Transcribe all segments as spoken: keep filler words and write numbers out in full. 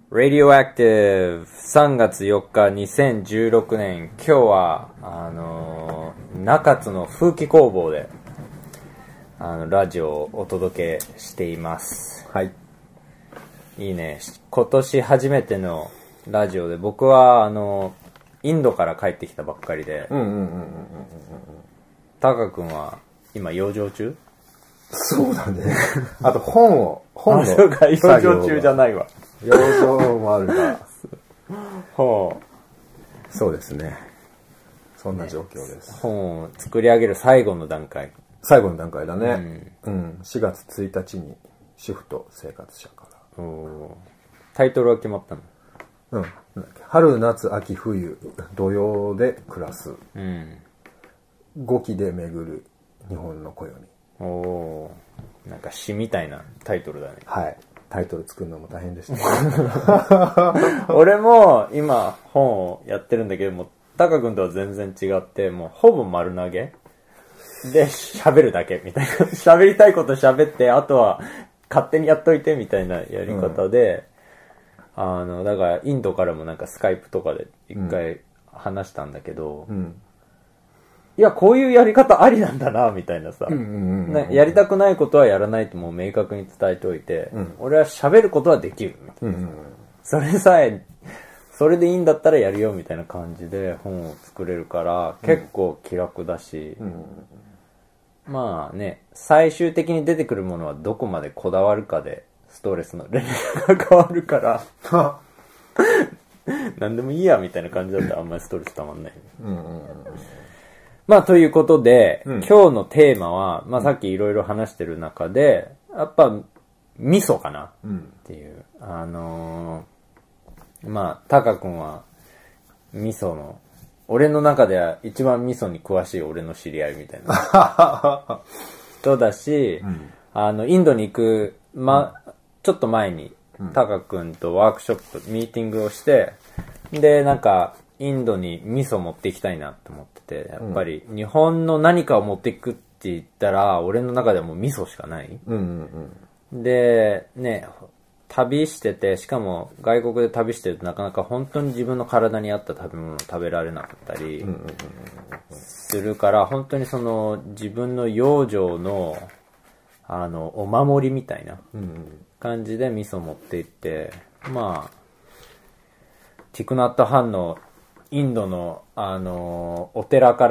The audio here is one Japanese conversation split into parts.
Radioactive さんがつよっかにせんじゅうろくねん、今日はあのー、中津の風紀工房であのラジオをお届けしています。 はい。 いいね。今年初めてのラジオで、僕はあのインドから帰ってきたばっかりで、 うんうんうんうんうんうん。 タカ君は今養生中？ そうだね。あと本を本のそうか、養生中じゃないわ。 養生もあるが、 ほうそうですね。そんな状況です。 う。本を作り上げる最後の段階。 最後の段階だね。うん。うん、しがつついたちに主婦と生活者から。 おタイトルは決まったの？ うん。なんだっけ、春夏秋冬土曜で暮らす。 うん。 ごきで巡る日本の暦。 おおー、なんか詩みたいなタイトルだね。 はい。タイトル作るのも大変でした。 俺も今本をやってるんだけども、タカ君とは全然違って、もうほぼ丸投げで喋るだけみたいな。喋りたいこと喋って、あとは勝手にやっといてみたいなやり方で、うん、あの、だからインドからもなんかスカイプとかで一回話したんだけど、うんうんいや、こういうやり方ありなんだな、みたいなさ。やりたくないことはやらないともう明確に伝えておいて、うん、俺は喋ることはできる、みたいな、うんうん。それさえ、それでいいんだったらやるよ、みたいな感じで本を作れるから、結構気楽だし、うんうん、まあね、最終的に出てくるものはどこまでこだわるかで、ストレスのレベルが変わるから、なんでもいいや、みたいな感じだったらあんまりストレスたまんない。うんうんうんまあ、ということで、うん、今日のテーマは、まあ、さっきいろいろ話してる中で、やっぱ、味噌かなっていう。うん、あのー、まあ、タカ君は、味噌の、俺の中では一番味噌に詳しい俺の知り合いみたいな人だし、うん、あの、インドに行く、ま、うん、ちょっと前に、タカ君とワークショップ、ミーティングをして、で、なんか、インドに味噌持っていきたいなって思ってて、やっぱり日本の何かを持っていくって言ったら、俺の中ではもう味噌しかない。うんうんうん、で、ね、旅してて、しかも外国で旅してるとなかなか本当に自分の体に合った食べ物を食べられなかったりするから、本当にその自分の養生の、あの、お守りみたいな感じで味噌持って行って、まあ、ティクナット・ハンのインドの、あのー、お寺から、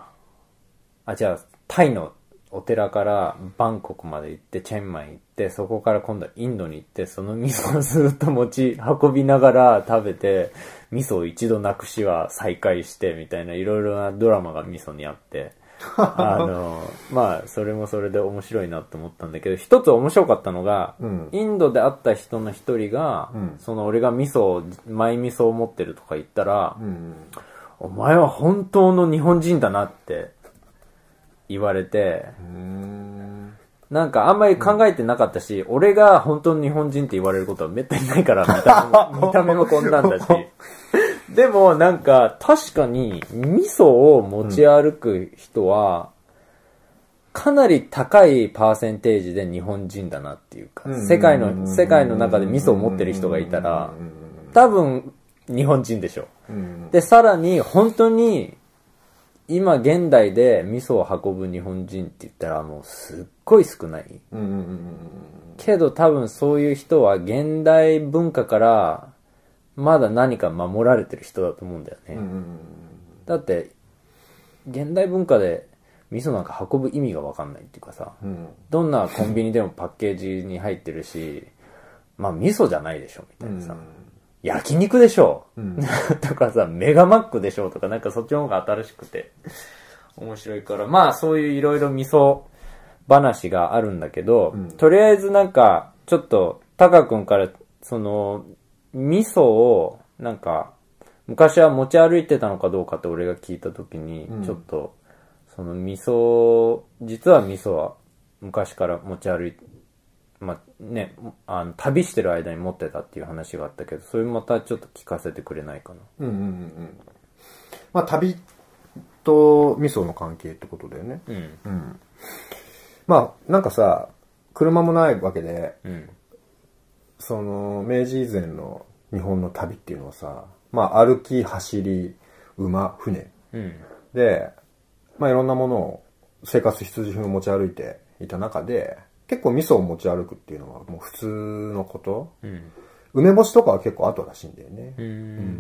あ、じゃあ、タイのお寺からバンコクまで行って、チェンマイ行って、そこから今度はインドに行って、その味噌をずっと持ち運びながら食べて、味噌を一度なくしは再開して、みたいないろいろなドラマが味噌にあって、あのー、まあ、それもそれで面白いなって思ったんだけど、一つ面白かったのが、うん、インドで会った人の一人が、うん、その俺が味噌を、マイ味噌を持ってるとか言ったら、うん、お前は本当の日本人だなって言われて、なんかあんまり考えてなかったし、うん、俺が本当の日本人って言われることはめったにないから、見た目も、見た目もこんなんだし。でもなんか確かに味噌を持ち歩く人はかなり高いパーセンテージで日本人だなっていうか、世界の世界の中で味噌を持ってる人がいたら多分日本人でしょ。でさらに本当に今現代で味噌を運ぶ日本人って言ったらもうすっごい少ない。けど多分そういう人は現代文化からまだ何か守られてる人だと思うんだよね。うんうんうん、だって、現代文化で味噌なんか運ぶ意味がわかんないっていうかさ、うん、どんなコンビニでもパッケージに入ってるし、まあ味噌じゃないでしょみたいなさ、うん、焼肉でしょ、うん、とかさ、メガマックでしょとかなんかそっちの方が新しくて面白いから、まあそういういろいろ味噌話があるんだけど、うん、とりあえずなんかちょっとタカ君からその、味噌をなんか昔は持ち歩いてたのかどうかって俺が聞いた時にちょっとその味噌実は味噌は昔から持ち歩いてまあねあの旅してる間に持ってたっていう話があったけどそれまたちょっと聞かせてくれないかな。うんうんうんうん。 まあ旅と味噌の関係ってことだよね。うん。うん、まあなんかさ車もないわけで。うんその明治以前の日本の旅っていうのはさ、まあ歩き、走り、馬、船、うん、で、まあいろんなものを生活必需品を持ち歩いていた中で、結構味噌を持ち歩くっていうのはもう普通のこと、うん、梅干しとかは結構後らしいんだよね、うんうん、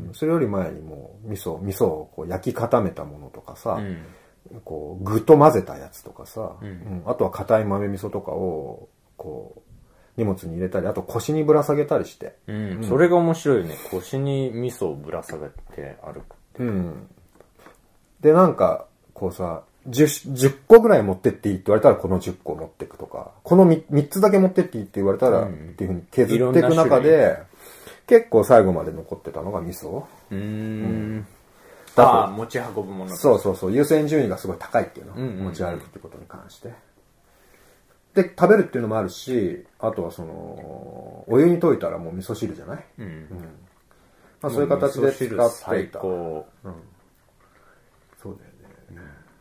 それより前にもう味噌味噌をこう焼き固めたものとかさ、うん、こう具と混ぜたやつとかさ、うんうん、あとは硬い豆味噌とかをこう荷物に入れたり、あと腰にぶら下げたりして、 うんうん、それが面白いよね。腰に味噌をぶら下げて歩くって、 うん、でなんかこうさじゅうこぐらい持ってっていいって言われたらこのじゅっこ持っていくとか、この 3, 3つだけ持ってっていいって言われたら、うん、っていう風に削っていく中で結構最後まで残ってたのが味噌。うーん、うん、 ああ、持ち運ぶもの。 そうそうそう、優先順位がすごい高いっていうの、うんうんうん、持ち歩くってことに関してで食べるっていうのもあるし、あとはそのお湯に溶いたらもう味噌汁じゃない、うんうん、まあ、そういう形で使っていた。最高、うん、そうだよね、うん、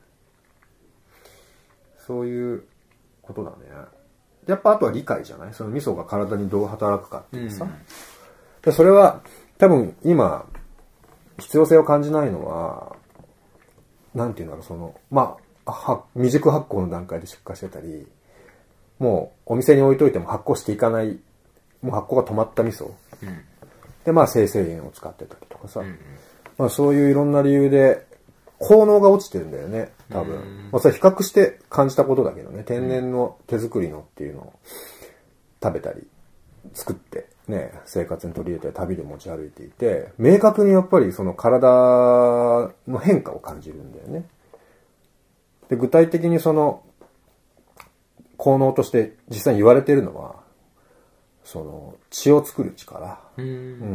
そういうことだね。やっぱあとは理解じゃない、その味噌が体にどう働くかっていうさ、うん、でそれは多分今必要性を感じないのはなんていうんだろう、そのまあは未熟発酵の段階で出荷してたり、もうお店に置いといても発酵していかない、もう発酵が止まった味噌、うん、でまあ精製塩を使ってたりとかさ、うんうん、まあ、そういういろんな理由で効能が落ちてるんだよね多分、うん、まあ、それ比較して感じたことだけどね、天然の手作りのっていうのを食べたり作ってね生活に取り入れて旅で持ち歩いていて、明確にやっぱりその体の変化を感じるんだよね。で具体的にその効能として実際に言われているのは、その血を作る力、うん、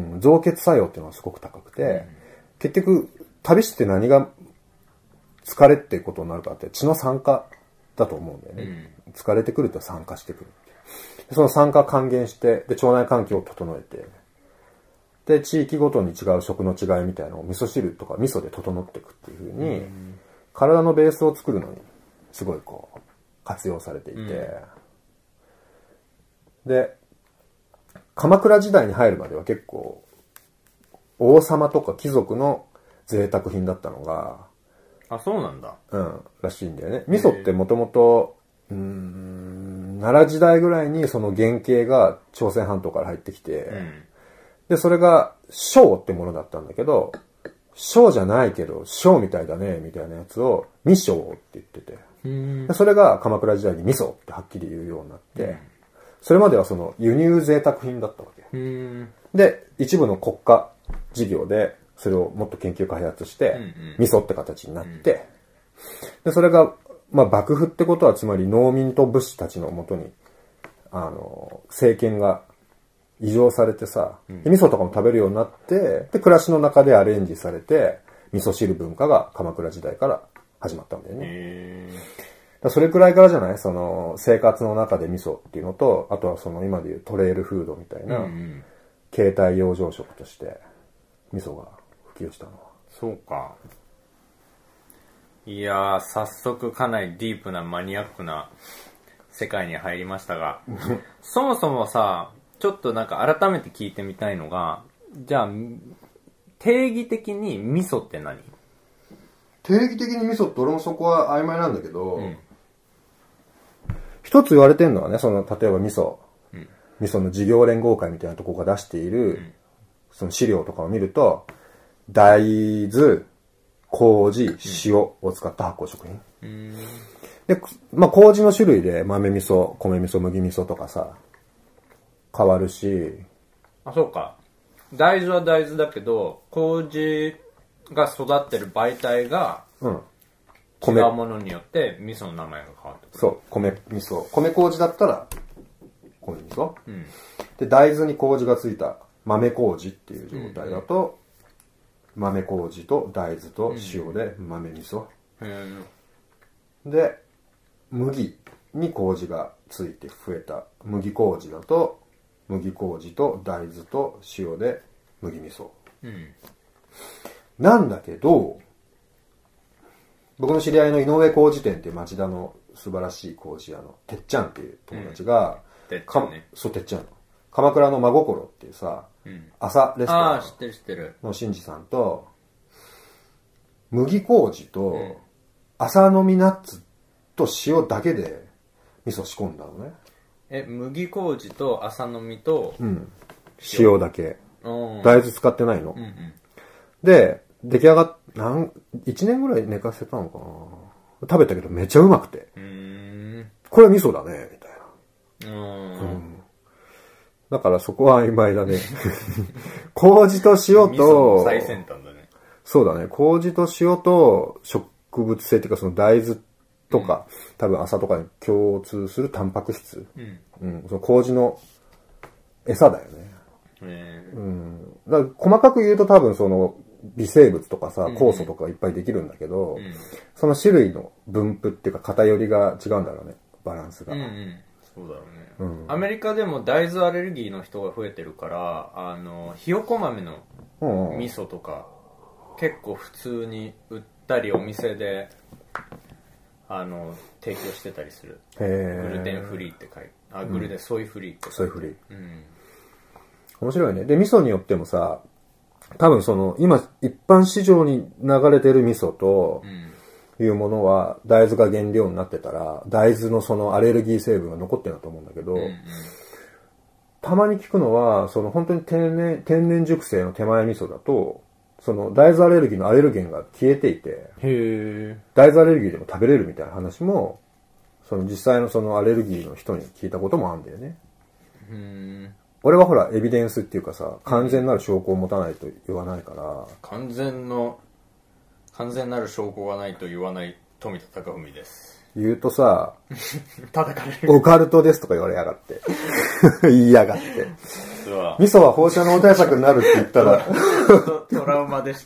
うん、造血作用っていうのがすごく高くて、うん、結局旅して何が疲れってことになるかって血の酸化だと思うんだよね、うん、疲れてくると酸化してくる。その酸化還元して、で腸内環境を整えて、で地域ごとに違う食の違いみたいなのを味噌汁とか味噌で整っていくっていう風に、うん、体のベースを作るのにすごいこう活用されていて、うん、で鎌倉時代に入るまでは結構王様とか貴族の贅沢品だったのが、 あ、そうなんだ、 うん、らしいんだよね。味噌ってもともと奈良時代ぐらいにその原型が朝鮮半島から入ってきて、うん、でそれが小ってものだったんだけど、小じゃないけど小みたいだねみたいなやつを味噌って言ってて、でそれが鎌倉時代に味噌ってはっきり言うようになって、うん、それまではその輸入贅沢品だったわけ、うん、で一部の国家事業でそれをもっと研究開発して、うんうん、味噌って形になって、うん、でそれが、まあ、幕府ってことはつまり農民と武士たちのもとにあの政権が移譲されてさ、うん、味噌とかも食べるようになって、で暮らしの中でアレンジされて味噌汁文化が鎌倉時代から始まったんだよね。だそれくらいからじゃない、その生活の中で味噌っていうのと、あとはその今でいうトレイルフードみたいな、うんうん、携帯養生食として味噌が普及したのは。 そうか。いやー、早速かなりディープなマニアックな世界に入りましたがそもそもさ、ちょっとなんか改めて聞いてみたいのが、じゃあ定義的に味噌って何？ 定義的に味噌って俺もそこは曖昧なんだけど、うん、一つ言われてるのはね、その例えば味噌、うん、味噌の事業連合会みたいなところが出している、うん、その資料とかを見ると、大豆、麹、塩を使った発酵食品、うん、で、まあ麹の種類で豆味噌、米味噌、麦味噌とかさ変わるし、 あ、そうか、大豆は大豆だけど麹が育ってる媒体が違うものによって味噌の名前が変わってくる。 そう、米味噌、米麹だったら米味噌、うん、で大豆に麹がついた豆麹っていう状態だと、うん、豆麹と大豆と塩で豆味噌、うん、で麦に麹がついて増えた麦麹だと麦麹と大豆と塩で麦味噌、うん、なんだけど、僕の知り合いの井上麹店っていう町田の素晴らしい麹屋のてっちゃんっていう友達が、 うん、てっちゃんね、 そうてっちゃんの鎌倉の真心っていうさ、うん、朝レストランあ知ってる知ってるの新次さんと、麦麹と朝飲みナッツと塩だけで味噌仕込んだのね。 え、麦麹と朝飲みと、 うん、塩, 塩だけ。大豆使ってないの。うんうん、で、出来上がっ、なん、いちねんぐらい寝かせたのかな。食べたけどめっちゃうまくて。うーんこれは味噌だね、みたいな。うんうん、だからそこは曖昧だね。麹と塩と、 最先端だね。 そうだね。麹と塩と植物性っていうかその大豆とか、うん、多分朝とかに共通するタンパク質。うんうん、その麹の餌だよね。へうん、だから細かく言うと多分その微生物とかさ、酵素とかいっぱいできるんだけど、うんうん、その種類の分布っていうか偏りが違うんだろうね。バランスが。うんうんそうだろうね、うん、アメリカでも大豆アレルギーの人が増えてるからあのひよこ豆の味噌とか、うん、結構普通に売ったりお店であの提供してたりする。へグルテンフリーって書いてあグルテン、うん、ソイフリーってソイフリー、うん、面白いね。で味噌によってもさ多分その今一般市場に流れてる味噌と、うんいうものは大豆が原料になってたら大豆のそのアレルギー成分が残ってるんだと思うんだけど、うんうん、たまに聞くのはその本当に天然天然熟成の手前味噌だとその大豆アレルギーのアレルゲンが消えていてへ大豆アレルギーでも食べれるみたいな話もその実際のそのアレルギーの人に聞いたこともあるんだよね。うん俺はほらエビデンスっていうかさ完全なる証拠を持たないと言わないから、 完全の完全なる証拠がないと言わない富田貴文です。 言うとさ、 叩かれる。 オカルトですとか言われやがって。言いやがって。味噌は放射能対策になるって言ったら。 トラウマでした。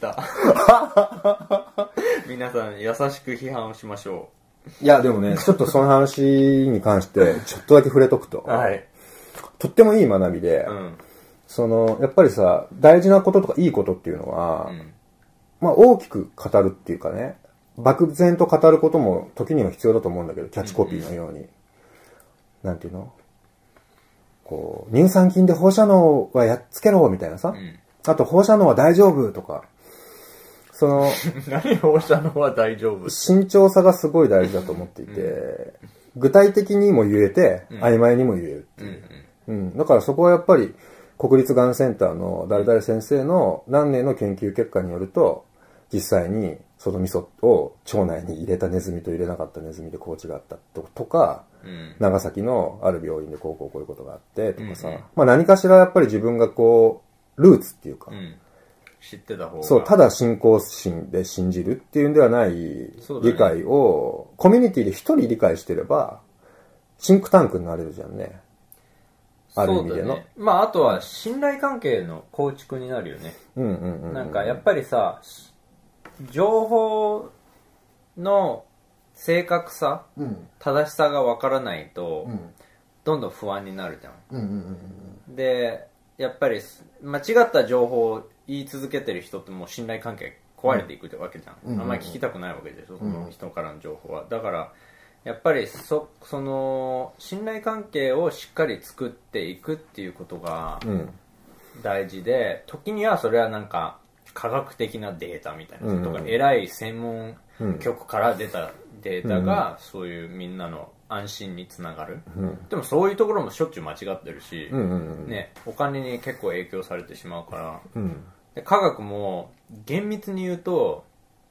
皆さん優しく批判をしましょう。いやでもね、ちょっとその話に関してちょっとだけ触れとくと。はい。とってもいい学びで、うん、その、やっぱりさ、大事なこととかいいことっていうのは、うんまあ大きく語るっていうかね、漠然と語ることも時には必要だと思うんだけど、キャッチコピーのように。うんうん、なんていうのこう、乳酸菌で放射能はやっつけろみたいなさ。うん、あと放射能は大丈夫とか。その、 何放射能は大丈夫慎重さがすごい大事だと思っていて、うん、具体的にも言えて、うん、曖昧にも言えるっていう、うんうん。だからそこはやっぱり国立がんセンターの誰々先生の何年の研究結果によると、実際にその味噌を腸内に入れたネズミと入れなかったネズミでこう違ったとか、うん、長崎のある病院でこうこうこういうことがあってとかさ、うんうん、まあ何かしらやっぱり自分がこうルーツっていうか、うん、 知ってた方がそうただ信仰心で信じるっていうんではない理解を、ね、コミュニティで一人理解してればシンクタンクになれるじゃんね。ある意味での、ね、 まああとは信頼関係の構築になるよね。うんうんうんうん、なんかやっぱりさ情報の正確さ、うん、正しさが分からないと、うん、どんどん不安になるじゃん。うんうんうんうん、でやっぱり間違った情報を言い続けてる人ってもう信頼関係壊れていくってわけじゃん、うんうんうん、あんまり聞きたくないわけでしょ、その人からの情報は。だからやっぱり そ, その信頼関係をしっかり作っていくっていうことが大事で、時にはそれはなんか科学的なデータみたいな、うん、とか偉い専門局から出たデータがそういうみんなの安心につながる、うん、でもそういうところもしょっちゅう間違ってるし、うんうんうんね、お金に結構影響されてしまうから、うん、で科学も厳密に言うと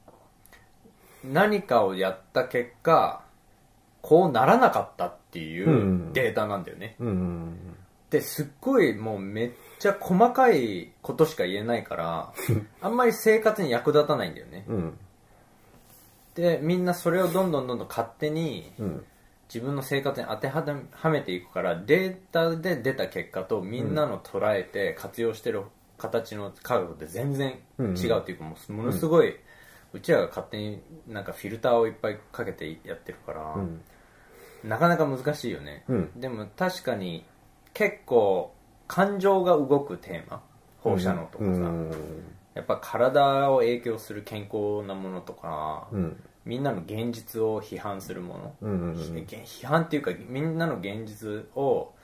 何かをやった結果こうならなかったっていうデータなんだよね、うんうん、ですっごいもうめっちゃ細かいことしか言えないからあんまり生活に役立たないんだよね、うん、でみんなそれをどんどんどんどん勝手に自分の生活に当てはめていくからデータで出た結果とみんなの捉えて活用してる形の科学って全然違うっていうかもうものすごい、うんうちらが勝手になんかフィルターをいっぱいかけてやってるから、うん、なかなか難しいよね、うん、でも確かに結構感情が動くテーマ放射能とかさ、うん、やっぱ体を影響する健康なものとか、うん、みんなの現実を批判するもの、うんうんうん、批判っていうかみんなの現実を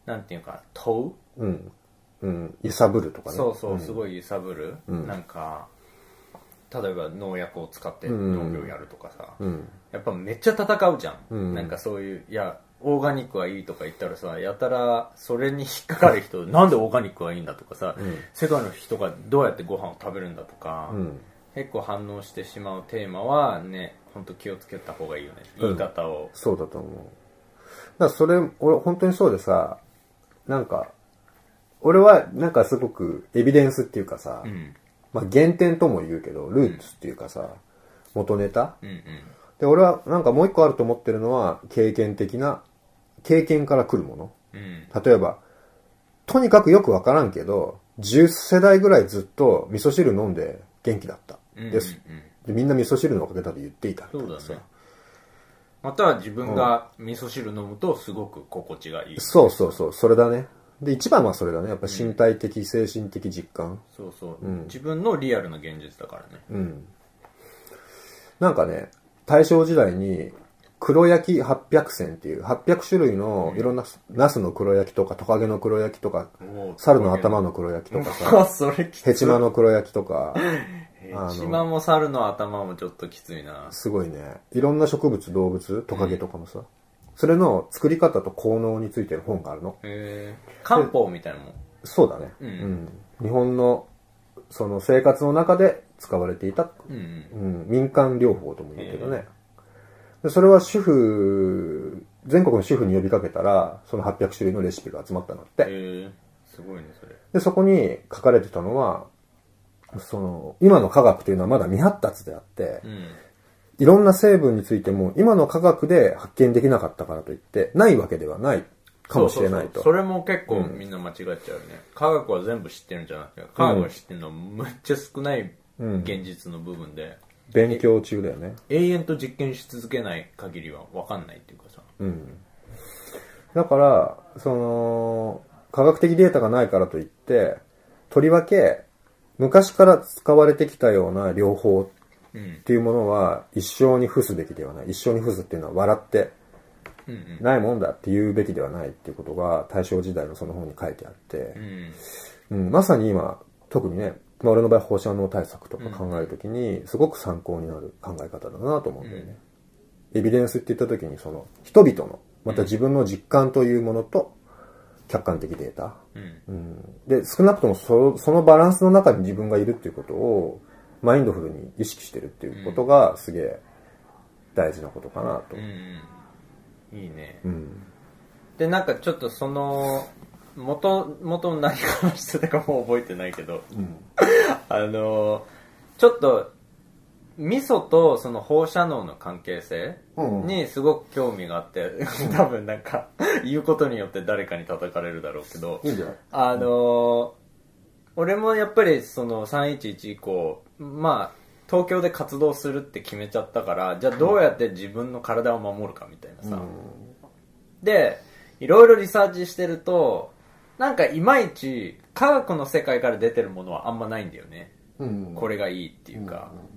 なんていうか問ううんうん揺さぶるとかね。 そうそう、すごい揺さぶる、 うん、 なんか例えば農薬を使って農業やるとかさ、 うん、 やっぱめっちゃ戦うじゃん、 うん、 なんかそういういやオーガニックはいいとか言ったらさ、やたらそれに引っかかる人なんでオーガニックはいいんだとかさ、うん、世界の人がどうやってご飯を食べるんだとか、うん、結構反応してしまうテーマはね、本当気をつけた方がいいよね、言い方を、うん、 そうだと思う。だからそれ俺本当にそうでさ、なんか俺はなんかすごくエビデンスっていうかさ、うん、まあ原点とも言うけどルーツっていうかさ、うん、元ネタ、うんうん、で俺はなんかもう一個あると思ってるのは経験的な経験から来るもの、うん、例えばとにかくよくわからんけどじゅっせだいぐらいずっと味噌汁飲んで元気だったです、うんうんうん、でみんな味噌汁のおかげだと言っていたみたいなさ、 そうだね、または自分が味噌汁飲むとすごく心地がいい、うん、 そうそうそう、それだね。で一番はそれだね、やっぱ身体的、うん、精神的実感、 そうそう、うん、自分のリアルな現実だからね。 うん。なんかね、大正時代に黒焼きはっぴゃくせんっていうはっぴゃくしゅるいのいろんな、うん、ナスの黒焼きとかトカゲの黒焼きとか猿の頭の黒焼きとかさそれきつい、 ヘチマの黒焼きとかヘチマも猿の頭もちょっときついな。 すごいね、いろんな植物動物トカゲとかもさ、うん、それの作り方と効能についてる本があるの。 へー、漢方みたいなもん。 そうだね、うんうん、日本のその生活の中で使われていた、うんうんうん、民間療法とも言うけどね。でそれは主婦全国の主婦に呼びかけたらそのはっぴゃくしゅるいのレシピが集まったのって。 へー、すごいねそれ。 でそこに書かれてたのはその今の科学というのはまだ未発達であって、うん、いろんな成分についても今の科学で発見できなかったからといってないわけではないかもしれないと。 そうそうそう、それも結構みんな間違っちゃうよね、うん、科学は全部知ってるんじゃなくて科学は知ってるのはむっちゃ少ない現実の部分で、 うん、勉強中だよね。 永遠と実験し続けない限りは分かんないっていうかさ、 うん、だからその科学的データがないからといってとりわけ昔から使われてきたような療法っていうものは一生に付すべきではない。一生に付すっていうのは笑ってないもんだって言うべきではないっていうことが大正時代のその本に書いてあって、うんうん、まさに今特にね、まあ、俺の場合放射能対策とか考えるときにすごく参考になる考え方だなと思うんだよね、うん、エビデンスって言ったときにその人々のまた自分の実感というものと客観的データ、うんうん、で少なくとも そ, そのバランスの中に自分がいるっていうことをマインドフルに意識してるっていうことがすげえ大事なことかなと、うんうん、いいね、うん、でなんかちょっとその元元何話してたかも覚えてないけど、うん、あのちょっと味噌とその放射能の関係性にすごく興味があって、うん、多分なんか言うことによって誰かに叩かれるだろうけど、いいんじゃない？あの、うん、俺もやっぱりそのさんいちいち以降まあ東京で活動するって決めちゃったから、じゃあどうやって自分の体を守るかみたいなさ、うん、でいろいろリサーチしてるとなんかいまいち科学の世界から出てるものはあんまないんだよね、うん、これがいいっていうか、うん、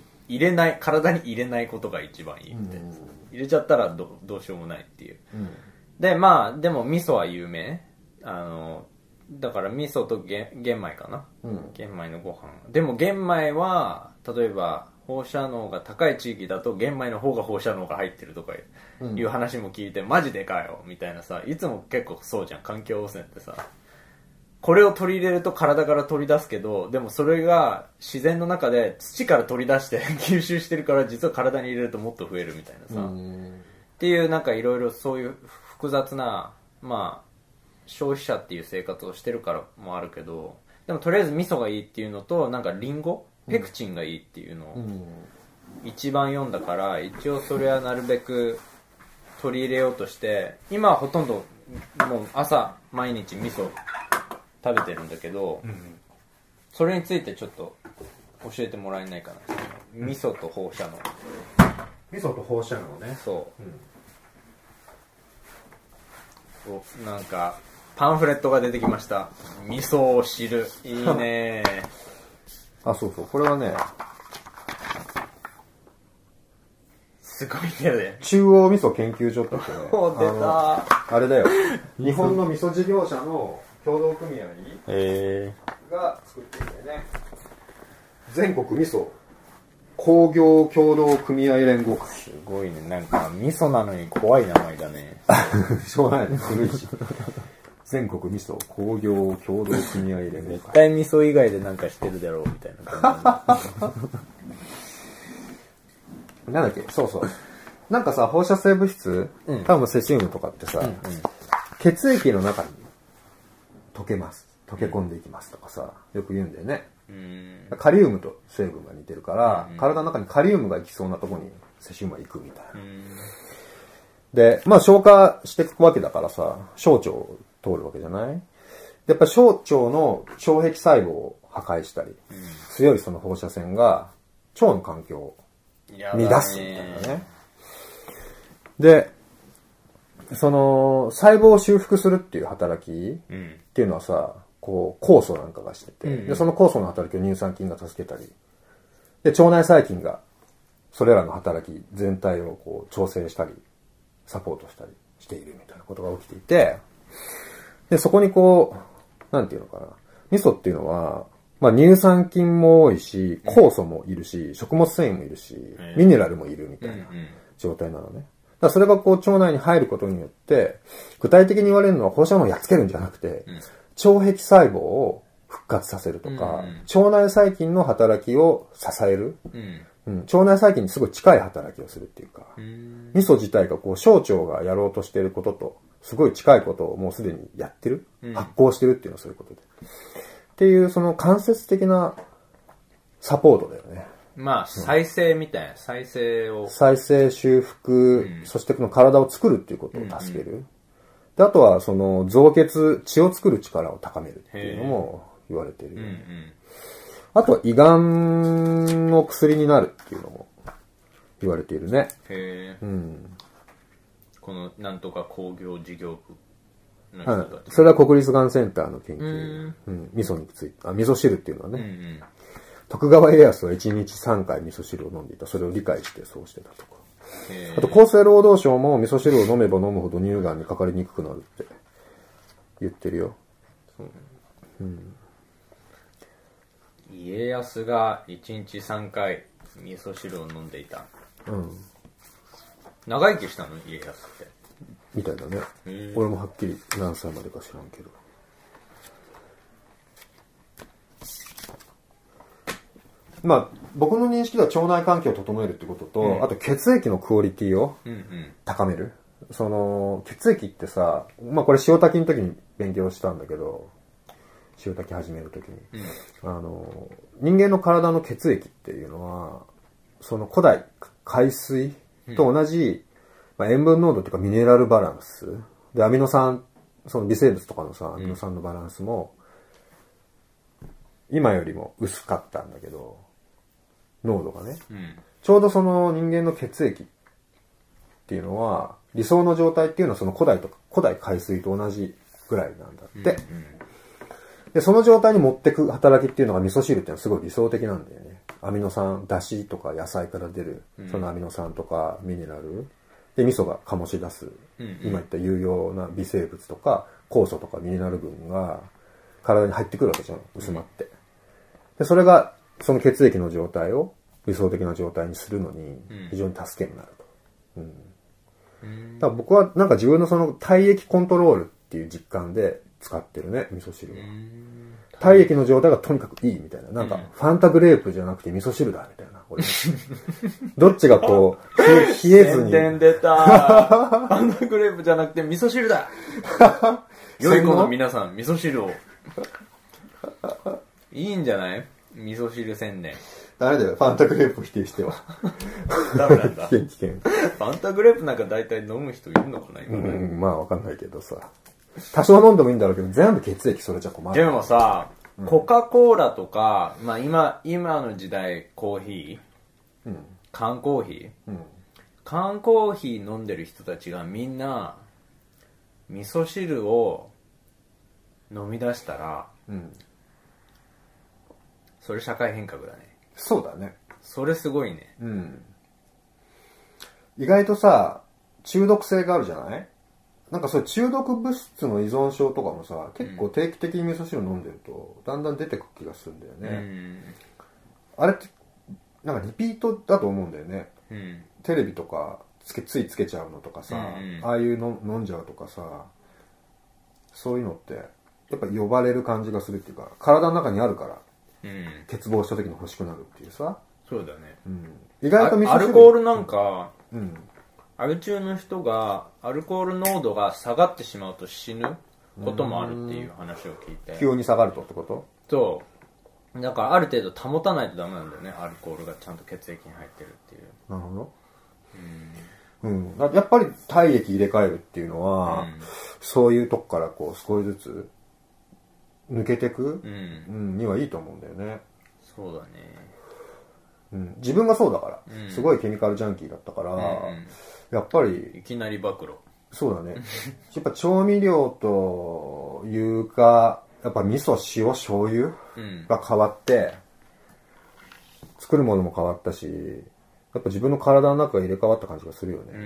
入れない体に入れないことが一番いいみたいな、うん、入れちゃったら ど, どうしようもないっていう、うん、でまあでも味噌は有名、あのだから味噌と玄米かな、うん、玄米のご飯でも玄米は例えば放射能が高い地域だと玄米の方が放射能が入ってるとかいう話も聞いて、うん、マジでかよみたいなさ、いつも結構そうじゃん環境汚染ってさ、これを取り入れると体から取り出すけどでもそれが自然の中で土から取り出して吸収してるから実は体に入れるともっと増えるみたいなさ、っていうなんかいろいろそういう複雑なまあ消費者っていう生活をしてるからもあるけど、でもとりあえず味噌がいいっていうのとなんかリンゴペクチンがいいっていうのを一番読んだから、一応それはなるべく取り入れようとして、今はほとんどもう朝毎日味噌食べてるんだけど、それについてちょっと教えてもらえないかな。味噌と放射能。 味噌と放射能ね。 そう、うん、なんかパンフレットが出てきました。味噌を知る。いいねあ、そうそう。これはね、 すごいんだよね。 中央味噌研究所って言ってね。 もう出たああれだよ。日本の味噌事業者の協同組合えが作ってるんだよね。全国味噌工業協同組合連合会。 すごいね。なんか、味噌なのに怖い名前だね。 しょうがないね。古いし。全国味噌工業協同組合連合会。 絶対味噌以外でなんかしてるだろうみたいな感じ。 なんだっけそうそう。なんかさ、放射性物質、うん、多分セシウムとかってさ、うんうん、血液の中に溶けます。溶け込んでいきますとかさ、よく言うんだよね。うんカリウムと成分が似てるから、うん、体の中にカリウムが行きそうなところにセシウムが行くみたいな。で、まあ消化していくわけだからさ、小腸を通るわけじゃない？やっぱ小腸の腸壁細胞を破壊したり、うん、強いその放射線が腸の環境を乱すみたいなね。で、その細胞を修復するっていう働きっていうのはさ、こう酵素なんかがしてて、うんうん、でその酵素の働きを乳酸菌が助けたり、で腸内細菌がそれらの働き全体をこう調整したりサポートしたりしているみたいなことが起きていて、でそこにこうなんていうのかな、味噌っていうのは、まあ、乳酸菌も多いし酵素もいるし、うん、食物繊維もいるし、うん、ミネラルもいるみたいな状態なのね。だからそれがこう腸内に入ることによって具体的に言われるのは放射能をやっつけるんじゃなくて、うん、腸壁細胞を復活させるとか、うんうん、腸内細菌の働きを支える、うんうん、腸内細菌にすごい近い働きをするっていうか、うん、味噌自体がこう小腸がやろうとしていることとすごい近いことをもうすでにやってる、うん、発酵してるっていうのはそういうことでっていうその間接的なサポートだよね。 まあ再生みたいな、うん、再生を再生修復、うん、そしてこの体を作るっていうことを助ける、うんうん、であとはその造血血を作る力を高めるっていうのも言われている、うんうん、あとは胃がんの薬になるっていうのも言われているね。 へー、うん、このなんとか工業事業部の人だって、はい、 それは国立がんセンターの研究、うんうん、味噌について、あ味噌汁っていうのはね、うんうん、徳川家康はいちにちさんかい味噌汁を飲んでいた。それを理解してそうしてたとか。あと厚生労働省も味噌汁を飲めば飲むほど乳がんにかかりにくくなるって言ってるよ。うん、 家康がいちにちさんかい味噌汁を飲んでいた。うん、長生きしたの家康って。 みたいだね。俺もはっきり何歳までか知らんけど。まあ、僕の認識では腸内環境を整えるってことと、うん、あと血液のクオリティを高める。うんうん、その、血液ってさ、まあこれ塩炊きの時に勉強したんだけど、塩炊き始める時に、うん、あの、人間の体の血液っていうのは、その古代海水と同じ、うん、まあ、塩分濃度というかミネラルバランスで、アミノ酸、その微生物とかのさ、アミノ酸のバランスも、今よりも薄かったんだけど、濃度がね、うん、ちょうどその人間の血液っていうのは理想の状態っていうのはその古代とか古代海水と同じぐらいなんだって、うんうん、でその状態に持ってく働きっていうのが味噌汁っていうのはすごい理想的なんだよね。アミノ酸、だしとか野菜から出るそのアミノ酸とかミネラルで味噌が醸し出す、うんうん、今言った有用な微生物とか酵素とかミネラル分が体に入ってくるわけじゃん、薄まって、でそれがその血液の状態を理想的な状態にするのに非常に助けになると。うんうん、だから僕はなんか自分のその体液コントロールっていう実感で使ってるね、味噌汁は。体液の状態がとにかくいいみたいな。なんかファンタグレープじゃなくて味噌汁だみたいな。俺どっちがこう、冷えずに。 宣伝出た。ファンタグレープじゃなくて味噌汁だ良い子の皆さん、味噌汁を。いいんじゃない？味噌汁宣伝。 ダメだよ、ファンタグレープを否定しては。 ダメなんだ。 危険危険。 ファンタグレープなんか大体飲む人いるのかな、今。 うん、まあわかんないけどさ。多少飲んでもいいんだろうけど、全部血液それじゃ困る。 でもさ、うん、コカ・コーラとか、まあ今、今の時代コーヒー、うん、缶コーヒー、うん、缶コーヒー飲んでる人たちがみんな、味噌汁を飲み出したら、うん、それ社会変革だね。 そうだね。 それすごいね。 うん。 意外とさ、中毒性があるじゃない？なんかそういう中毒物質の依存症とかもさ、結構定期的に味噌汁飲んでると、だんだん出てく気がするんだよね。うん、あれって、なんかリピートだと思うんだよね。うん、テレビとかつけ、ついつけちゃうのとかさ、うんうん、ああいうの飲んじゃうとかさ、そういうのって、やっぱ呼ばれる感じがするっていうか、体の中にあるから、うん、欠乏した時に欲しくなるっていうさ。 そうだね。 うん、意外と味噌汁アルコールなんか、 うん、 アル中の人がアルコール濃度が下がってしまうと死ぬこともあるっていう話を聞いて。 急に下がるとってこと？ そう。だからある程度保たないとダメなんだよね、アルコールがちゃんと血液に入ってるっていう。 なるほど。うん。うん、やっぱり体液入れ替えるっていうのは、うん、そういうとこからこう少しずつ抜けてく、うんうん、にはいいと思うんだよね。 そうだね。 うん、自分がそうだから、うん、すごいケミカルジャンキーだったから、うんうん、やっぱりいきなり暴露。 そうだね。やっぱ調味料というか、やっぱ味噌、塩、醤油が変わって、うん、作るものも変わったし、やっぱ自分の体の中が入れ替わった感じがするよね。うん、うん、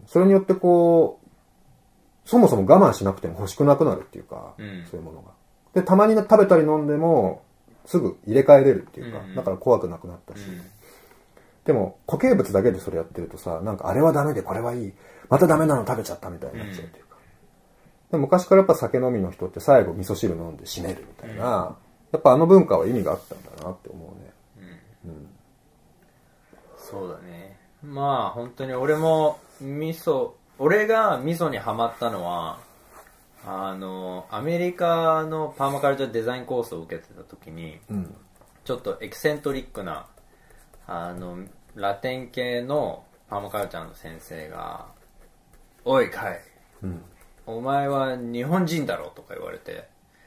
それによってこう、そもそも我慢しなくても欲しくなくなるっていうか、うん、そういうものが。で、たまに食べたり飲んでも、すぐ入れ替えれるっていうか、うんうん、だから怖くなくなったし、うん、でも固形物だけでそれやってるとさ、なんかあれはダメでこれはいい、またダメなの食べちゃったみたいになっちゃうっていうか、うん、でも昔からやっぱ酒飲みの人って最後味噌汁飲んで締めるみたいな、うん、やっぱあの文化は意味があったんだなって思うね、うんうん、 そうだね。まあ本当に俺も味噌、俺が味噌にハマったのはあのアメリカのパーマカルチャーデザインコースを受けてた時に、うん、ちょっとエキセントリックなあのラテン系のパーマカルチャーの先生が「おいカイ、うん、お前は日本人だろ」とか言われて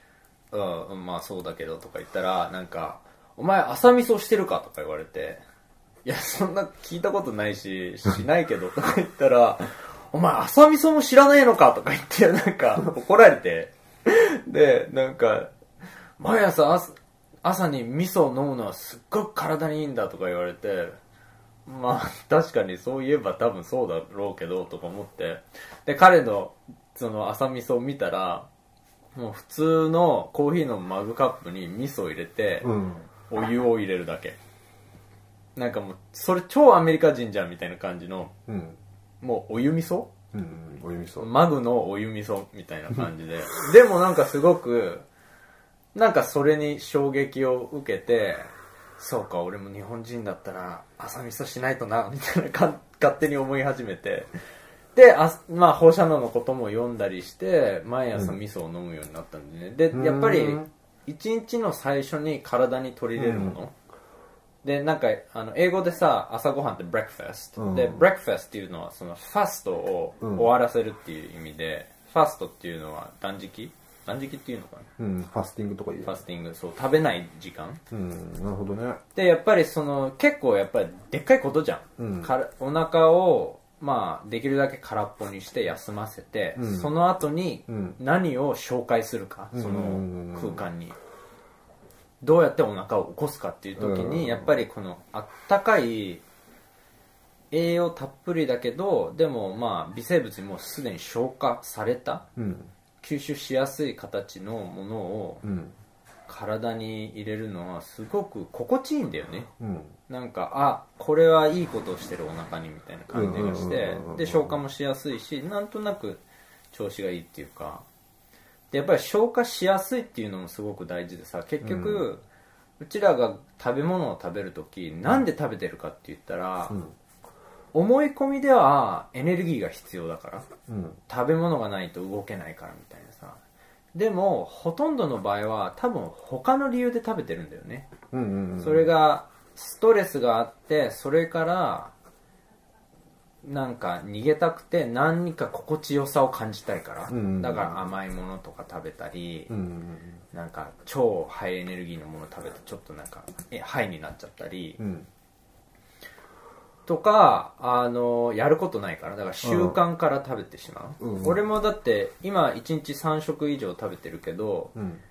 「うん、まあそうだけど」とか言ったら、なんか「お前朝味噌してるか?」とか言われて「いやそんな聞いたことないししないけど」とか言ったらお前朝味噌も知らないのかとか言ってなんか怒られてでなんか毎朝 朝, 朝に味噌を飲むのはすっごく体にいいんだとか言われて、まあ確かにそういえば多分そうだろうけどとか思って、で彼のその朝味噌を見たらもう普通のコーヒーのマグカップに味噌を入れて、うん、お湯を入れるだけ、なんかもうそれ超アメリカ人じゃんみたいな感じの、うんもうお湯味噌、 うん、お湯味噌マグのお湯味噌みたいな感じででもなんかすごくなんかそれに衝撃を受けて、そうか俺も日本人だったら朝味噌しないとなみたいなか勝手に思い始めて、であまあ放射能のことも読んだりして毎朝味噌を飲むようになったんでね、でやっぱり一日の最初に体に取り入れるもの、うんでなんかあの英語でさ朝ごはんってブレックファスト、うん、でブレックファストっていうのはそのファストを終わらせるっていう意味で、うん、ファストっていうのは断食断食っていうのかな、 うん、ファスティングとか言うファスティング、そう食べない時間、 うん、なるほどね。 でやっぱりその結構やっぱりでっかいことじゃん、うん、からお腹をまあできるだけ空っぽにして休ませて、うん、その後に何を紹介するか、うん、その空間にどうやってお腹を起こすかっていう時に、やっぱりこのあったかい栄養たっぷりだけどでもまあ微生物にもうすでに消化された、うん、吸収しやすい形のものを体に入れるのはすごく心地いいんだよね、うん、なんかあこれはいいことをしてるお腹にみたいな感じがして、で消化もしやすいしなんとなく調子がいいっていうか、でやっぱり消化しやすいっていうのもすごく大事でさ、結局、うん、うちらが食べ物を食べるときなんで食べてるかって言ったら、うん、思い込みではエネルギーが必要だから、うん、食べ物がないと動けないからみたいなさ、でもほとんどの場合は多分他の理由で食べてるんだよね、うんうんうん、それがストレスがあって、それからなんか逃げたくて何か心地よさを感じたいから、うんうんうん、だから甘いものとか食べたり、うんうんうん、なんか超ハイエネルギーのもの食べてちょっとなんかえハイになっちゃったり、うん、とかあのやることないからだから習慣から食べてしまう、うんうん、俺もだって今いちにちさん食以上食べてるけど、うん、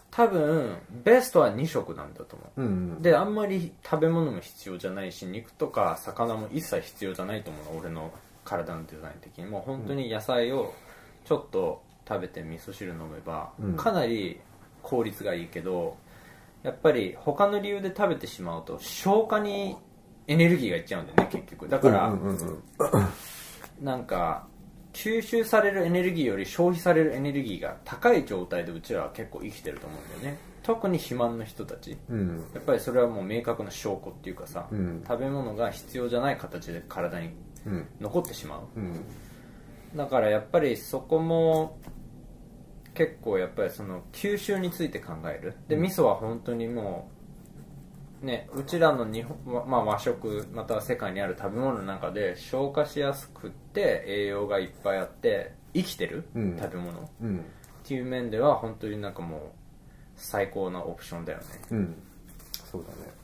多分ベストはに食なんだと思う、 うんうん、 であんまり食べ物も必要じゃないし肉とか魚も一切必要じゃないと思うの俺の体のデザイン的にもう本当に野菜をちょっと食べて味噌汁飲めば、うん、かなり効率がいいけどやっぱり他の理由で食べてしまうと消化にエネルギーがいっちゃうんだよね結局だから、うんうんうん、なんか吸収されるエネルギーより消費されるエネルギーが高い状態でうちらは結構生きてると思うんだよね特に肥満の人たち、うん、やっぱりそれはもう明確な証拠っていうかさ、うん、食べ物が必要じゃない形で体に残ってしまう、うん、だからやっぱりそこも結構やっぱりその吸収について考えるで味噌は本当にもうねうちらの日本、まあ、和食または世界にある食べ物の中で消化しやすくって栄養がいっぱいあって生きてる食べ物、うん、っていう面では本当になんかもう最高なオプションだよね、 うん、そうだね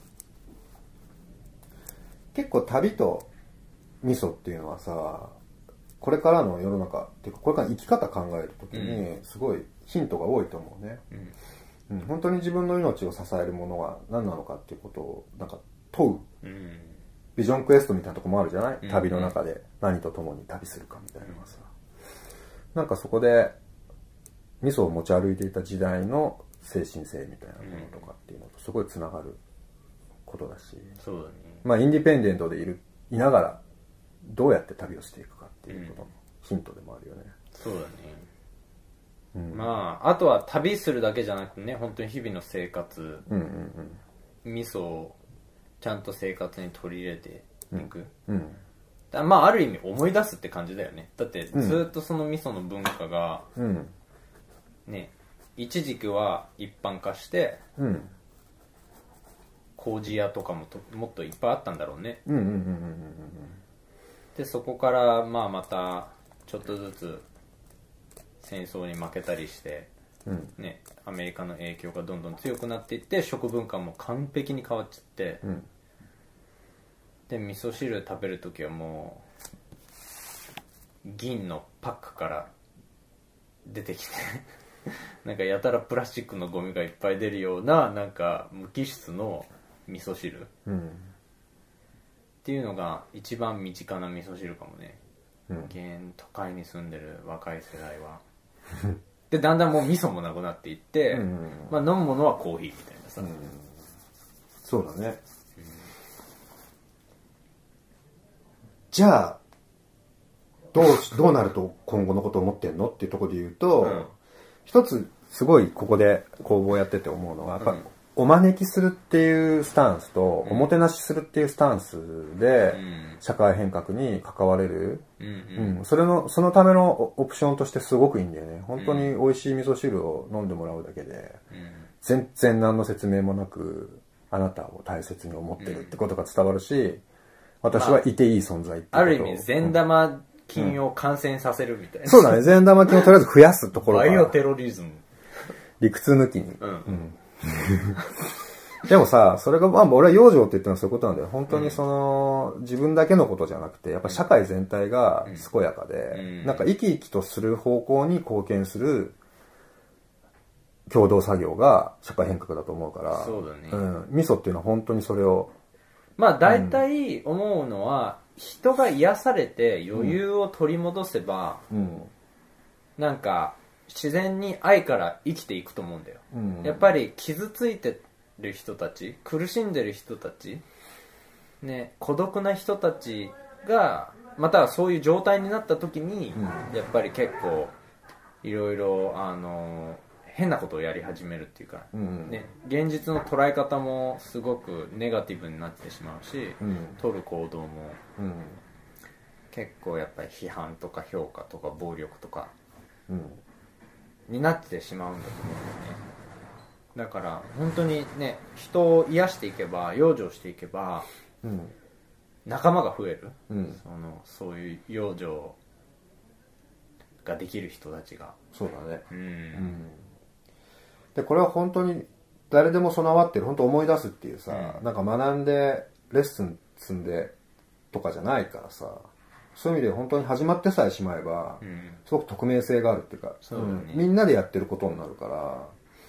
結構旅と味噌っていうのはさこれからの世の中っていうかこれから生き方考えるときにすごいヒントが多いと思うね、うんうん、本当に自分の命を支えるものは何なのかっていうことをなんか問う、うん、ビジョンクエストみたいなとこもあるじゃない、うん、旅の中で何と共に旅するかみたいなのがさ、うん、なんかそこで味噌を持ち歩いていた時代の精神性みたいなものとかっていうのとすごいつながることだし、 そうだね、 まあインディペンデントでいるいながらどうやって旅をしていくかっていうことのヒントでもあるよね、 うん、そうだね、うん、まああとは旅するだけじゃなくてね本当に日々の生活、うんうんうん、味噌をちゃんと生活に取り入れていく、うんうん、まあある意味思い出すって感じだよねだってずっとその味噌の文化が、うん、ね一時期は一般化して、うん、麹屋とかもともっといっぱいあったんだろうねでそこからまあまたちょっとずつ戦争に負けたりして、うんね、アメリカの影響がどんどん強くなっていって食文化も完璧に変わっちゃって、うん、で味噌汁食べるときはもう銀のパックから出てきてなんかやたらプラスチックのゴミがいっぱい出るようななんか無機質の味噌汁、うん、っていうのが一番身近な味噌汁かもね、うん、現都会に住んでる若い世代はでだんだんもう味噌もなくなっていって、うんうんうんまあ、飲むものはコーヒーみたいなさ、うん、 そうだね、うん、じゃあどうどうなると今後のことを思ってんのっていうところで言うと、うん、一つすごいここで工房やってて思うのはやっぱ、うん、お招きするっていうスタンスと、うん、おもてなしするっていうスタンスで、うん、社会変革に関われる、うんうんうん、それのそのためのオプションとしてすごくいいんだよね本当に美味しい味噌汁を飲んでもらうだけで、うん、全然何の説明もなくあなたを大切に思ってるってことが伝わるし、私はいていい存在ってこと、 まあ、ある意味善玉菌を感染させるみたいな、うん、 そうだね善玉菌をとりあえず増やすところがバイオテロリズム理屈抜きに、うんうんでもさ、それが、まあ、俺は養生って言ってのはそういうことなんだよ。本当にその、うん、自分だけのことじゃなくて、やっぱ社会全体が健やかで、うん、なんか生き生きとする方向に貢献する共同作業が社会変革だと思うから、 そうだね。 うん。味噌っていうのは本当にそれを。 まあ、大体思うのは、うん、人が癒されて余裕を取り戻せば、うん、なんか、自然に愛から生きていくと思うんだよ、うん、やっぱり傷ついてる人たち苦しんでる人たち、ね、孤独な人たちがまたはそういう状態になった時に、うん、やっぱり結構いろいろあの変なことをやり始めるっていうか、うんね、現実の捉え方もすごくネガティブになってしまうし、うん、取る行動も、うん、結構やっぱり批判とか評価とか暴力とか、うんになってしまうんだと思うんだよね。だから本当にね人を癒していけば養生していけば、うん、仲間が増える、うん、そのそういう養生ができる人たちがそうだね、うんうん、でこれは本当に誰でも備わってる本当思い出すっていうさ、うん、なんか学んでレッスン積んでとかじゃないからさそういう意味で本当に始まってさえしまえば、うん、すごく匿名性があるっていうか、そうだね、うん、みんなでやってることになるから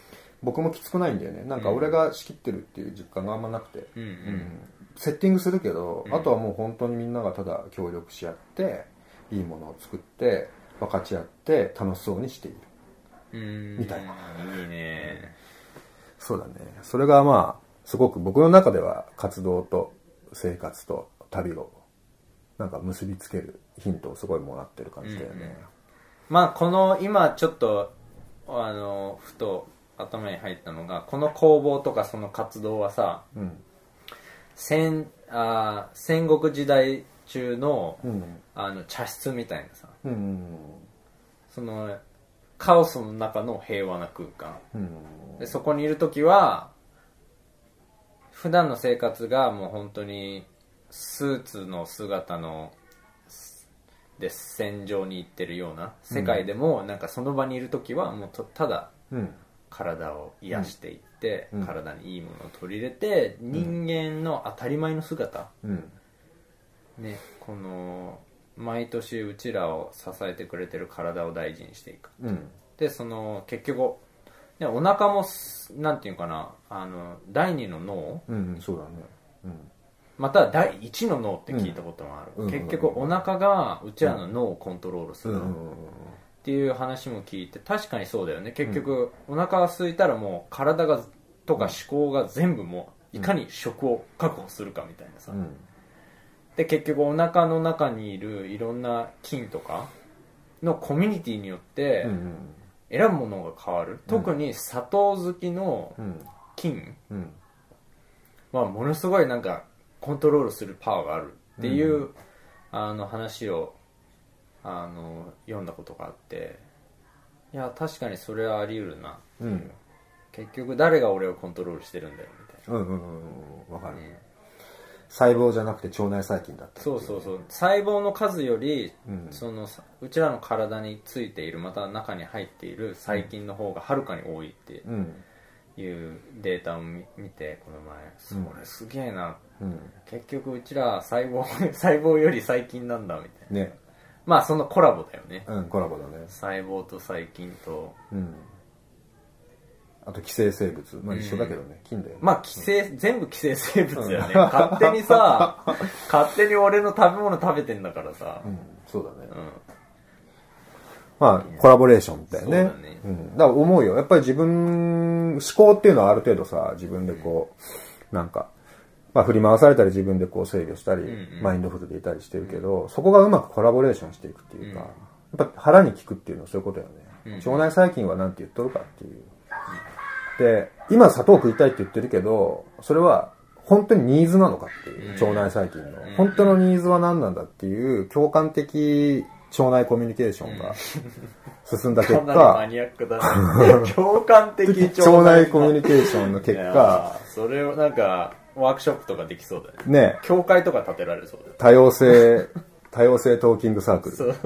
僕もきつくないんだよね。なんか俺が仕切ってるっていう実感があんまなくて、 うんうんうんセッティングするけど、 うんあとはもう本当にみんながただ協力し合っていいものを作って分かち合って楽しそうにしているうんみたいな。 いいね。 そうだね。それがまあすごく僕の中では活動と生活と旅をなんか結びつけるヒントをすごいもらってる感じだよね。 うんうん、まあこの今ちょっとあのふと頭に入ったのが、この工房とかその活動はさ、うん、戦あ戦国時代中の、うん、あの茶室みたいなさ、うんうんうん、そのカオスの中の平和な空間、うんうん、でそこにいるときは普段の生活がもう本当にスーツの姿ので戦場に行ってるような世界でも、うん、なんかその場にいるときはもうとただ体を癒していって、うん、体にいいものを取り入れて、うん、人間の当たり前の姿、うんね、この毎年うちらを支えてくれてる体を大事にしていく、うん、でその結局でお腹もなんていうかな、あのだいにの脳、 うんうん、そうだね、うん、 まただいいちの脳って聞いたこともある、うん、結局お腹がうちらの脳をコントロールするっていう話も聞いて、確かにそうだよね。結局お腹が空いたらもう体がとか思考が全部もういかに食を確保するかみたいなさ、うん、で結局お腹の中にいるいろんな菌とかのコミュニティによって選ぶものが変わる、うん、特に砂糖好きの菌はものすごいなんかコントロールするパワーがあるっていう、うん、あの話をあの読んだことがあって、いや確かにそれはあり得るな、うん、結局誰が俺をコントロールしてるんだよみたいな。うんうんうんわかる、ね、細胞じゃなくて腸内細菌だった、ね、 そうそうそう、細胞の数より、うん、そのうちらの体についているまた中に入っている細菌の方がはるかに多いっていうデータを見てこの前、それすげえな、うん、結局うちら細胞細胞より細菌なんだみたいな、ね、まあそのコラボだよね。 うんコラボだね。 細胞と細菌と、うん、 あと寄生生物、まあ一緒だけどね、うん、菌だよね。 まあ寄生、うん、全部寄生生物だよね、うん、勝手にさ勝手に俺の食べ物食べてんだからさ、 うん、そうだね、うん、まあコラボレーションだよね。そうだね、うん、だから思うよ、やっぱり自分思考っていうのはある程度さ自分でこう、うん、なんかまあ振り回されたり自分でこう制御したり、うんうん、マインドフルでいたりしてるけど、うん、そこがうまくコラボレーションしていくっていうか、うん、やっぱ腹に効くっていうのはそういうことだよね、うん、腸内細菌はなんて言っとるかっていう、で今砂糖食いたいって言ってるけどそれは本当にニーズなのかっていう、腸内細菌の本当のニーズは何なんだっていう共感的腸内コミュニケーションが進んだ結果、かなりマニアックだね共感的腸内コミュニケーションの結果、 それをなんかワークショップとかできそうだよね。ね、教会とか建てられそうだよね。 多様性多様性トーキングサークル。そう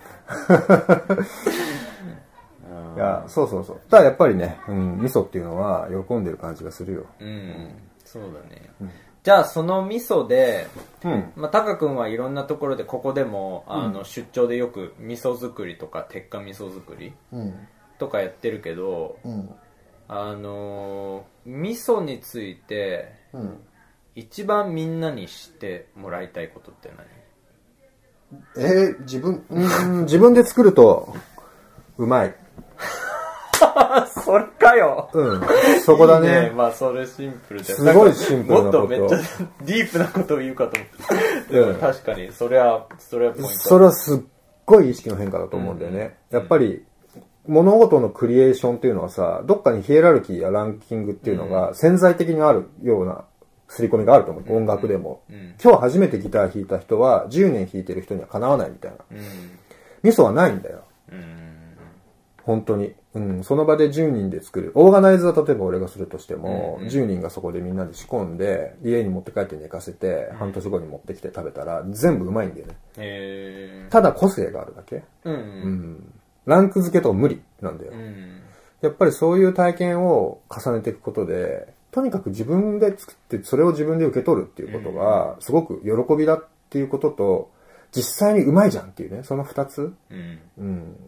いやそうそうそう。ただやっぱりね、うん、味噌っていうのは喜んでる感じがするよ。うん、うん、 そうだね。うん、じゃあその味噌で、うん、まあタカ君はいろんなところでここでもあの、うん、出張でよく味噌作りとか鉄火味噌作り、うん、とかやってるけど、うん、あの味噌について、うん、一番みんなに知ってもらいたいことって何？えー、自分、うん、自分で作るとうまい。 それかよ。 うん。そこだね。いいね、 まあそれシンプルです。 すごいシンプルなこと。 もっとめっちゃディープなことを言うかと思って。でも確かにそれはそれはポイント。 それはすっごい意識の変化だと思うんだよね。うん、やっぱり物事のクリエーションっていうのはさ、どっかにヒエラルキーやランキングっていうのが潜在的にあるような刷り込みがあると思う。うん、音楽でも、うん、今日初めてギター弾いた人はじゅうねん弾いてる人にはかなわないみたいな。うん、味噌はないんだよ。うん、本当に。うん、その場でじゅうにんで作る。オーガナイズは例えば俺がするとしても、うんうん、じゅうにんがそこでみんなで仕込んで、家に持って帰って寝かせて、うん、半年後に持ってきて食べたら、全部うまいんだよね。へー。ただ個性があるだけ。うんうんうん、ランク付けとか無理なんだよ、うん。やっぱりそういう体験を重ねていくことで、とにかく自分で作って、それを自分で受け取るっていうことが、すごく喜びだっていうことと、実際にうまいじゃんっていうね、その二つ。うんうん、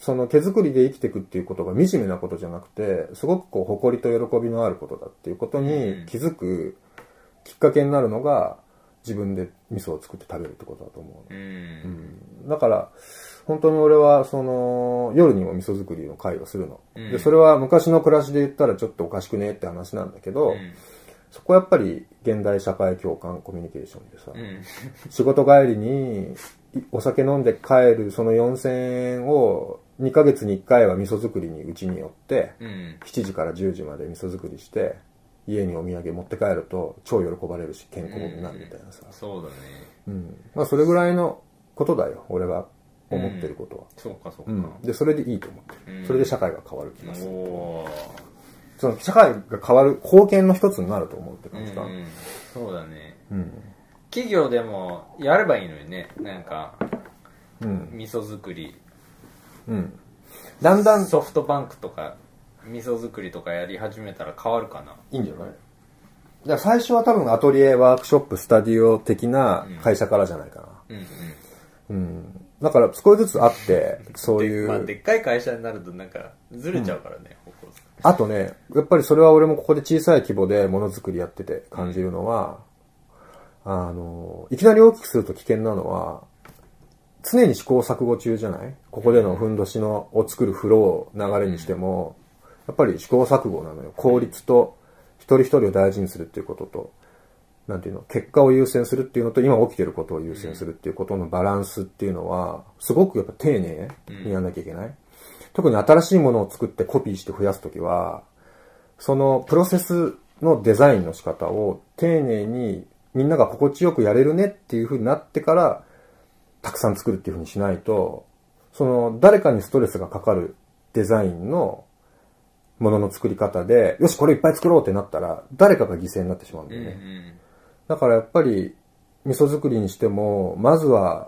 その手作りで生きていくっていうことが惨めなことじゃなくて、すごくこう誇りと喜びのあることだっていうことに気づくきっかけになるのが、自分で味噌を作って食べるってことだと思う。 うんうん、だから、本当に俺は、その、夜にも味噌作りの会をするの、 うん。 で、それは昔の暮らしで言ったらちょっとおかしくねって話なんだけど、うん、そこはやっぱり現代社会共感コミュニケーションでさ、うん、仕事帰りにお酒飲んで帰るそのよんせんえんをにかげつにいっかいは味噌作りにうちに寄って、うん、しちじからじゅうじまで味噌作りして、家にお土産持って帰ると超喜ばれるし健康になるみたいなさ、 うん、そうだね、 うん、まあそれぐらいのことだよ俺が思ってることは、 うん、そうかそうか、 うん、でそれでいいと思ってる、うん、それで社会が変わる気がする、 おその社会が変わる貢献の一つになると思うって感じか、 うん、そうだね、 うん、 企業でもやればいいのにね、なんか、 うん、 味噌作り、 うん、だんだんソフトバンクとか味噌作りとかやり始めたら変わるかな。 いいんじゃない？じゃあ最初は多分アトリエ、ワークショップ、スタディオ的な会社からじゃないかな。 うんうんうん。だから少しずつあって、そういう。 で、まあ、でっかい会社になるとなんかずれちゃうからね、 うん、あとね、やっぱりそれは俺もここで小さい規模でものづくりやってて感じるのは、うん、あの、いきなり大きくすると危険なのは、常に試行錯誤中じゃない？ここでのふんどしのを作るフロー流れにしても、やっぱり試行錯誤なのよ。効率と一人一人を大事にするっていうことと、なんていうの、結果を優先するっていうのと、今起きてることを優先するっていうことのバランスっていうのは、すごくやっぱ丁寧にやらなきゃいけない。うん、特に新しいものを作ってコピーして増やすときは、そのプロセスのデザインの仕方を丁寧にみんなが心地よくやれるねっていう風になってから、たくさん作るっていう風にしないと、その誰かにストレスがかかるデザインのものの作り方で、よしこれいっぱい作ろうってなったら、誰かが犠牲になってしまうんだよね。うんうん、だからやっぱり、味噌作りにしても、まずは、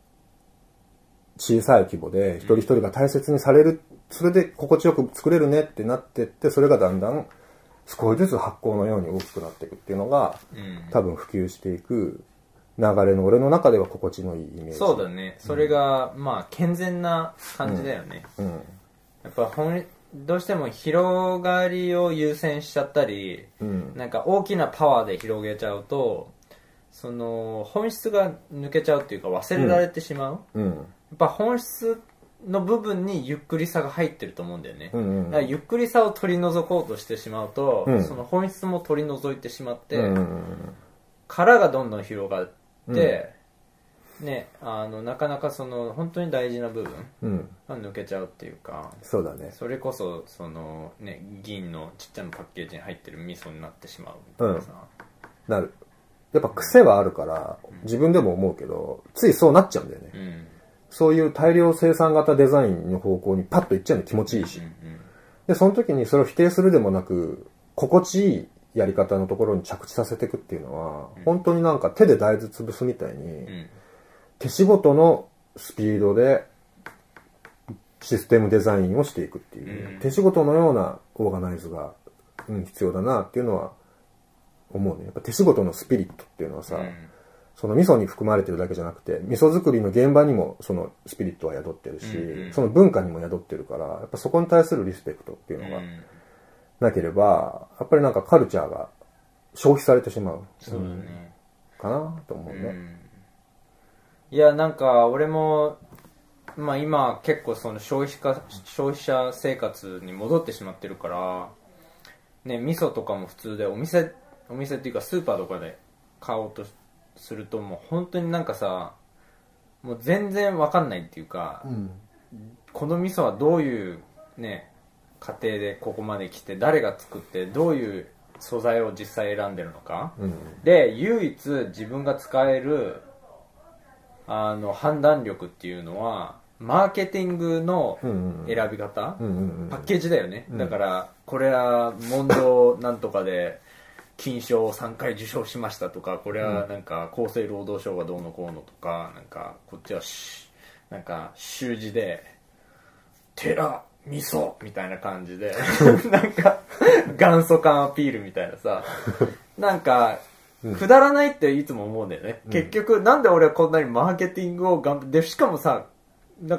小さい規模で、一人一人が大切にされる、それで心地よく作れるねってなってって、それがだんだん、少しずつ発酵のように大きくなっていくっていうのが、多分普及していく流れの、俺の中では心地のいいイメージ。 そうだね。それが、うん、まあ、健全な感じだよね。うんうん、やっぱ本、どうしても広がりを優先しちゃったり、うん、なんか大きなパワーで広げちゃうと、その本質が抜けちゃうっていうか忘れられてしまう、うんうん、やっぱ本質の部分にゆっくりさが入ってると思うんだよね、うんうん、だからゆっくりさを取り除こうとしてしまうと、うん、その本質も取り除いてしまって、うんうん、殻がどんどん広がって、うんね、あのなかなかその本当に大事な部分が抜けちゃうっていうか、 うん、そうだね。 それこそその、ね、銀のちっちゃなパッケージに入ってる味噌になってしまうみたいなさ、 うん、なる。やっぱ癖はあるから、うん、自分でも思うけどついそうなっちゃうんだよね、うん、そういう大量生産型デザインの方向にパッといっちゃうの気持ちいいし、うんうん、でその時にそれを否定するでもなく心地いいやり方のところに着地させていくっていうのは、うん、本当になんか手で大豆潰すみたいに、うん手仕事のスピードでシステムデザインをしていくっていう、うん、手仕事のようなオーガナイズが、うん、必要だなっていうのは思うね。やっぱ手仕事のスピリットっていうのはさ、うん、その味噌に含まれてるだけじゃなくて味噌作りの現場にもそのスピリットは宿ってるし、うん、その文化にも宿ってるからやっぱそこに対するリスペクトっていうのがなければやっぱりなんかカルチャーが消費されてしまう、 そうだね、 かなと思うね、 うんいやなんか俺も、まあ、今結構その消費化消費者生活に戻ってしまってるからね味噌とかも普通でお店お店っていうかスーパーとかで買おうとするともう本当になんかさもう全然わかんないっていうか、うん、この味噌はどういうね過程でここまで来て誰が作ってどういう素材を実際選んでるのか、うん、で唯一自分が使えるあの判断力っていうのはマーケティングの選び方、うんうんうん、パッケージだよね、うん、だからこれは問答なんとかで金賞をさんかい受賞しましたとかこれはなんか厚生労働省がどうのこうのとかなんかこっちはなんか習字で寺味噌みたいな感じでなんか元祖感アピールみたいなさなんかくだらないっていつも思うんだよね、うん、結局なんで俺はこんなにマーケティングを頑張ってしかもさなんか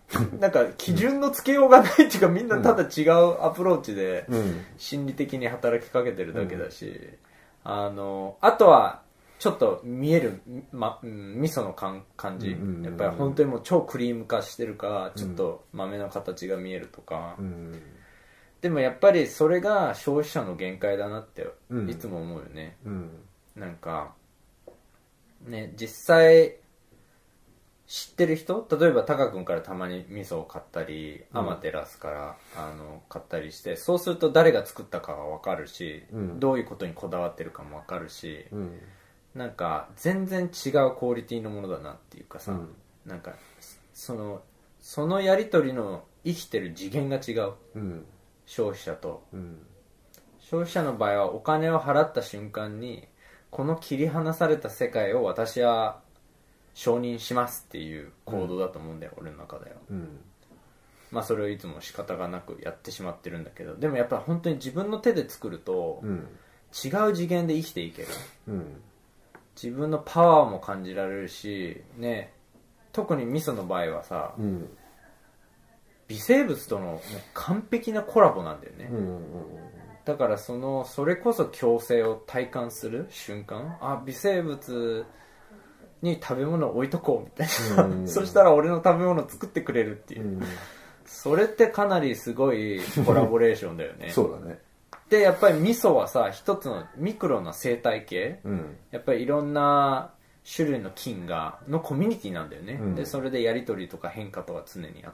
なんか基準のつけようがないっていうか、みんなただ違うアプローチで心理的に働きかけてるだけだし、うん、あのあとはちょっと見える、ま、味噌の感じ、うんうんうんうん、やっぱり本当にもう超クリーム化してるか、ちょっと豆の形が見えるとか、うん、でもやっぱりそれが消費者の限界だなっていつも思うよね、うんうん、なんかね、実際知ってる人、例えばタカ君からたまに味噌を買ったり、アマテラスからあの買ったりして、そうすると誰が作ったかが分かるし、うん、どういうことにこだわってるかも分かるし、うん、なんか全然違うクオリティのものだなっていうかさ、うん、なんかそのそのやり取りの生きてる次元が違う、うん、消費者と、うん、消費者の場合はお金を払った瞬間にこの切り離された世界を私は承認しますっていう行動だと思うんだよ、うん、俺の中では、うん、まあそれをいつも仕方がなくやってしまってるんだけど、でもやっぱり本当に自分の手で作ると、うん、違う次元で生きていける、うん、自分のパワーも感じられるしね、特に味噌の場合はさ、うん、微生物とのもう完璧なコラボなんだよね、うんうんうん、だからそのそれこそ共生を体感する瞬間、あ、微生物に食べ物を置いとこうみたいな、うん、そしたら俺の食べ物を作ってくれるっていう、うん、それってかなりすごいコラボレーションだよねそうだね。 でやっぱり味噌はさ、一つのミクロな生態系、うん、やっぱりいろんな種類の菌がのコミュニティなんだよね、うん、でそれでやり取りとか変化とか常にあって、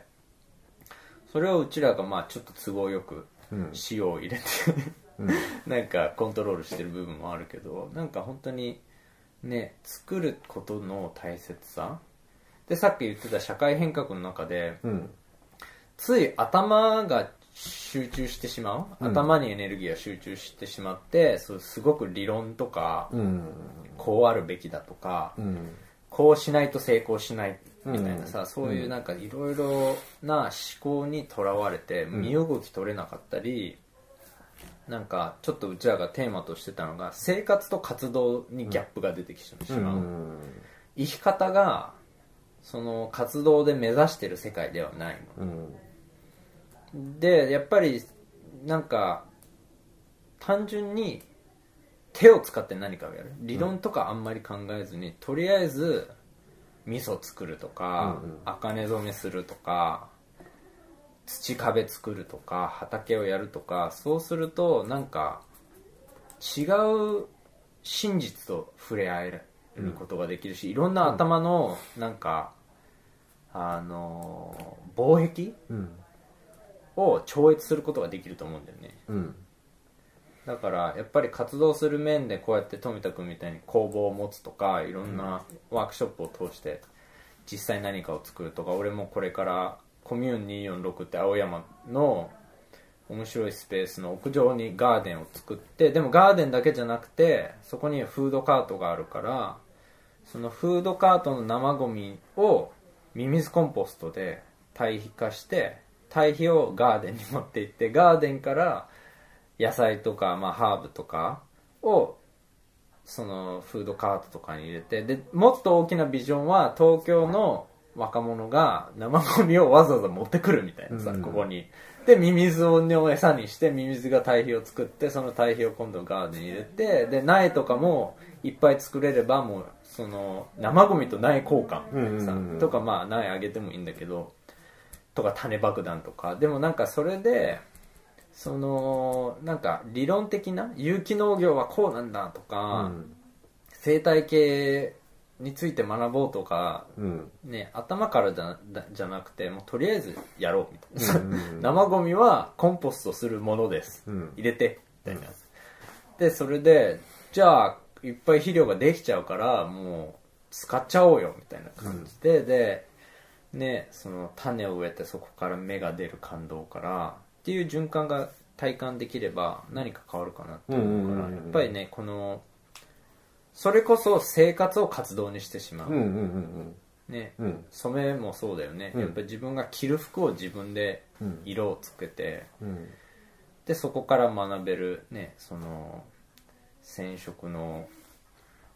それをうちらがまあちょっと都合よく塩を入れて、うん、なんかコントロールしてる部分もあるけど、なんか本当にね、作ることの大切さで、さっき言ってた社会変革の中で、うん、つい頭が集中してしまう、うん、頭にエネルギーが集中してしまって、そうすごく理論とか、うん、こうあるべきだとか、うん、こうしないと成功しないみたいなさ、うん、そういうなんかいろいろな思考にとらわれて身動き取れなかったり、なんかちょっとうちらがテーマとしてたのが生活と活動にギャップが出てきてしまう、うん、生き方がその活動で目指してる世界ではないの、うん、でやっぱりなんか単純に手を使って何かをやる、理論とかあんまり考えずに、うん、とりあえず味噌作るとか、うんうん、茜染めするとか土壁作るとか畑をやるとか、そうするとなんか違う真実と触れ合えることができるし、いろんな頭のなんかあの防壁を超越することができると思うんだよね、うん、だからやっぱり活動する面でこうやって富田君みたいに工房を持つとか、いろんなワークショップを通して実際何かを作るとか、俺もこれからコミューンにーよんろくって青山の面白いスペースの屋上にガーデンを作って、でもガーデンだけじゃなくてそこにフードカートがあるから、そのフードカートの生ゴミをミミズコンポストで堆肥化して、堆肥をガーデンに持って行って、ガーデンから野菜とか、まあ、ハーブとかをそのフードカートとかに入れて、でもっと大きなビジョンは東京の若者が生ゴミをわざわざ持ってくるみたいなさ、うん、ここにでミミズを餌にしてミミズが堆肥を作って、その堆肥を今度ガーデンに入れて、で苗とかもいっぱい作れれば、もうその生ゴミと苗交換さ、うんうんうん、とかまあ苗あげてもいいんだけど、とか種爆弾とか、でもなんかそれでそのなんか理論的な有機農業はこうなんだとか、うん、生態系について学ぼうとか、うんね、頭からじゃ、じゃなくてもうとりあえずやろうみたいな、うんうんうん、生ゴミはコンポストするものです、うん、入れてみたいな、でそれでじゃあいっぱい肥料ができちゃうからもう使っちゃおうよみたいな感じで、うん、でね、その種を植えてそこから芽が出る感動からっていう循環が体感できれば何か変わるかなって思うから、やっぱりね、このそれこそ生活を活動にしてしまう、うんうんうんうんね、うん、染めもそうだよね、うん、やっぱり自分が着る服を自分で色をつけて、うん、でそこから学べるね、その染色の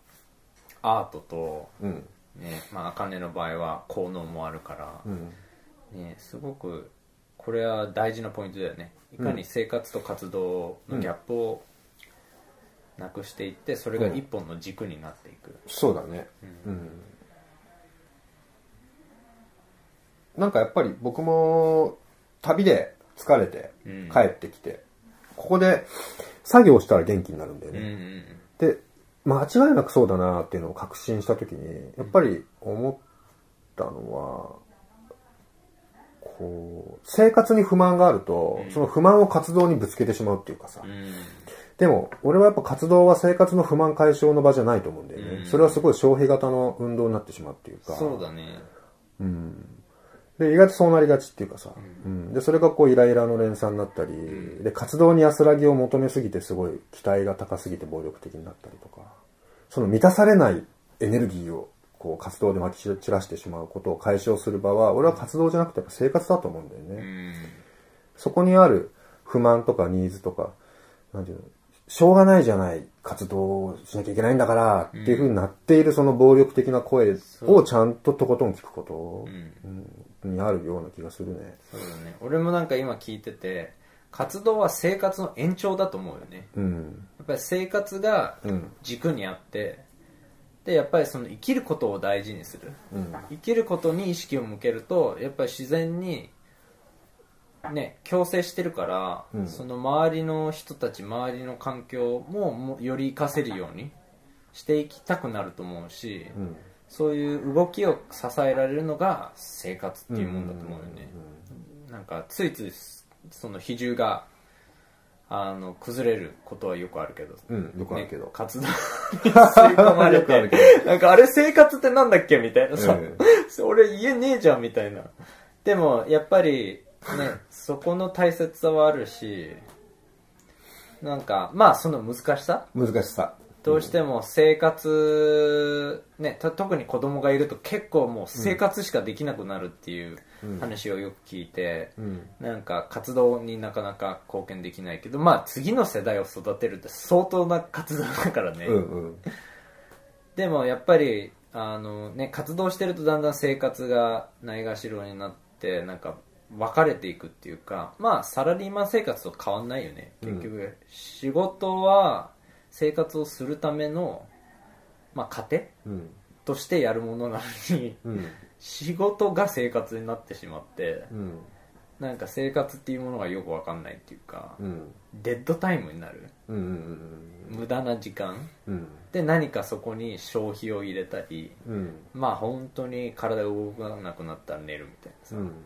アートと、うんね、まあ茜の場合は効能もあるから、うん、 ね、すごくこれは大事なポイントだよね。いかに生活と活動のギャップをなくしていって、それが一本の軸になっていく、うん、 そうだね、うん、うん、なんかやっぱり僕も旅で疲れて帰ってきて、うん、ここで作業したら元気になるんだよね、うんうん、で間違いなくそうだなっていうのを確信した時にやっぱり思ったのは、こう生活に不満があると、うん、その不満を活動にぶつけてしまうっていうかさ、うん、でも俺はやっぱ活動は生活の不満解消の場じゃないと思うんだよね、うん、それはすごい消費型の運動になってしまうっていうか、 そうだね、 うん、で意外とそうなりがちっていうかさ、うんうん、でそれがこうイライラの連鎖になったり、うん、で活動に安らぎを求めすぎてすごい期待が高すぎて暴力的になったりとか、その満たされないエネルギーをこう活動でまき散らしてしまうことを解消する場は、俺は活動じゃなくてやっぱ生活だと思うんだよね、うん、そこにある不満とかニーズとか、なんていうの、しょうがないじゃない活動をしなきゃいけないんだからっていう風になっているその暴力的な声をちゃんととことん聞くことにあるような気がするね。 そうだね。俺もなんか今聞いてて、活動は生活の延長だと思うよね、うん、やっぱり生活が軸にあって、でやっぱりその生きることを大事にする、うん、生きることに意識を向けるとやっぱり自然にね共生してるから、うん、その周りの人たち周りの環境も、もより活かせるようにしていきたくなると思うし、うん、そういう動きを支えられるのが生活っていうもんだと思うよね。なんかついついその比重があの崩れることはよくあるけど、 うん、よくあるけど、 ね、活動に吸い込まれてなんかあれ生活ってなんだっけみたいなさ、うん、俺家ねえじゃんみたいな。でもやっぱりねそこの大切さはあるし、なんかまあその難しさ難しさどうしても生活、ね、特に子供がいると結構もう生活しかできなくなるっていう話をよく聞いて、うん、なんか活動になかなか貢献できないけど、まあ次の世代を育てるって相当な活動だからね、うんうん、でもやっぱりあの、ね、活動してるとだんだん生活がないがしろになってなんか分かれていくっていうか、まあサラリーマン生活と変わんないよね結局、うん、仕事は生活をするための、まあ、糧、うん、としてやるものなのに、うん、仕事が生活になってしまって、うん、なんか生活っていうものがよく分かんないっていうか、うん、デッドタイムになる、うんうんうん、無駄な時間、うん、で何かそこに消費を入れたり、うん、まあ本当に体が動かなくなったら寝るみたいなさ、うん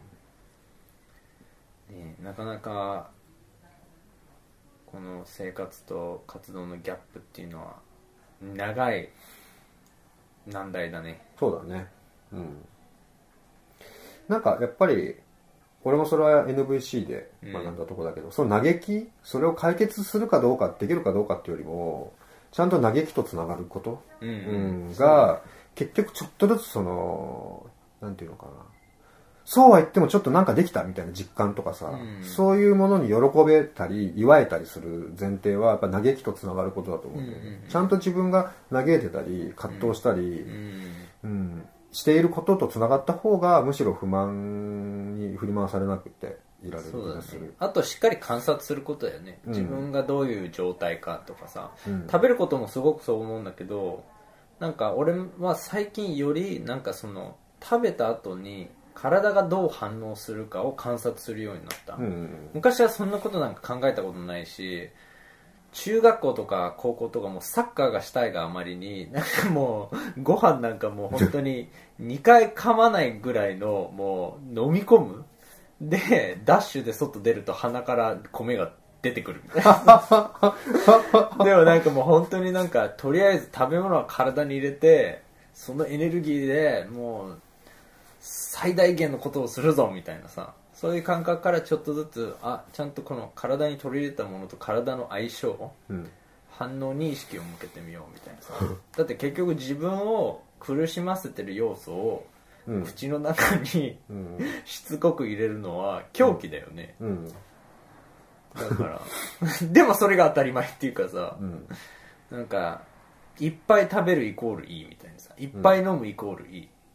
ね、なかなかこの生活と活動のギャップっていうのは長い難題だね。 そうだね。うん。なんかやっぱり俺もそれは エヌブイシー で学んだとこだけど、うん、その嘆きそれを解決するかどうかできるかどうかっていうよりもちゃんと嘆きとつながること、うんうんうん、が結局ちょっとずつそのなんていうのかな、そうは言ってもちょっとなんかできたみたいな実感とかさ、うん、そういうものに喜べたり祝えたりする前提はやっぱ嘆きとつながることだと思うんだよね、うんうん、ちゃんと自分が嘆いてたり葛藤したり、うんうん、していることとつながった方がむしろ不満に振り回されなくていられる気がする、ね、 あとしっかり観察することだよね、うん、自分がどういう状態かとかさ、うん、食べることもすごくそう思うんだけど、なんか俺は最近よりなんかその食べた後に体がどう反応するかを観察するようになった、うんうんうん、昔はそんなことなんか考えたことないし、中学校とか高校とかもサッカーがしたいがあまりになんかもうご飯なんかもう本当ににかい噛まないぐらいのもう飲み込むでダッシュで外出ると鼻から米が出てくるみたいなでもなんかもう本当になんかとりあえず食べ物は体に入れてそのエネルギーでもう最大限のことをするぞみたいなさ、そういう感覚からちょっとずつあちゃんとこの体に取り入れたものと体の相性、うん、反応に意識を向けてみようみたいなさだって結局自分を苦しませてる要素を、うん、口の中に、うん、しつこく入れるのは狂気だよね、うん、だからでもそれが当たり前っていうかさ、うん、なんかいっぱい食べるイコールいいみたいなさ、いっぱい飲むイコールいい、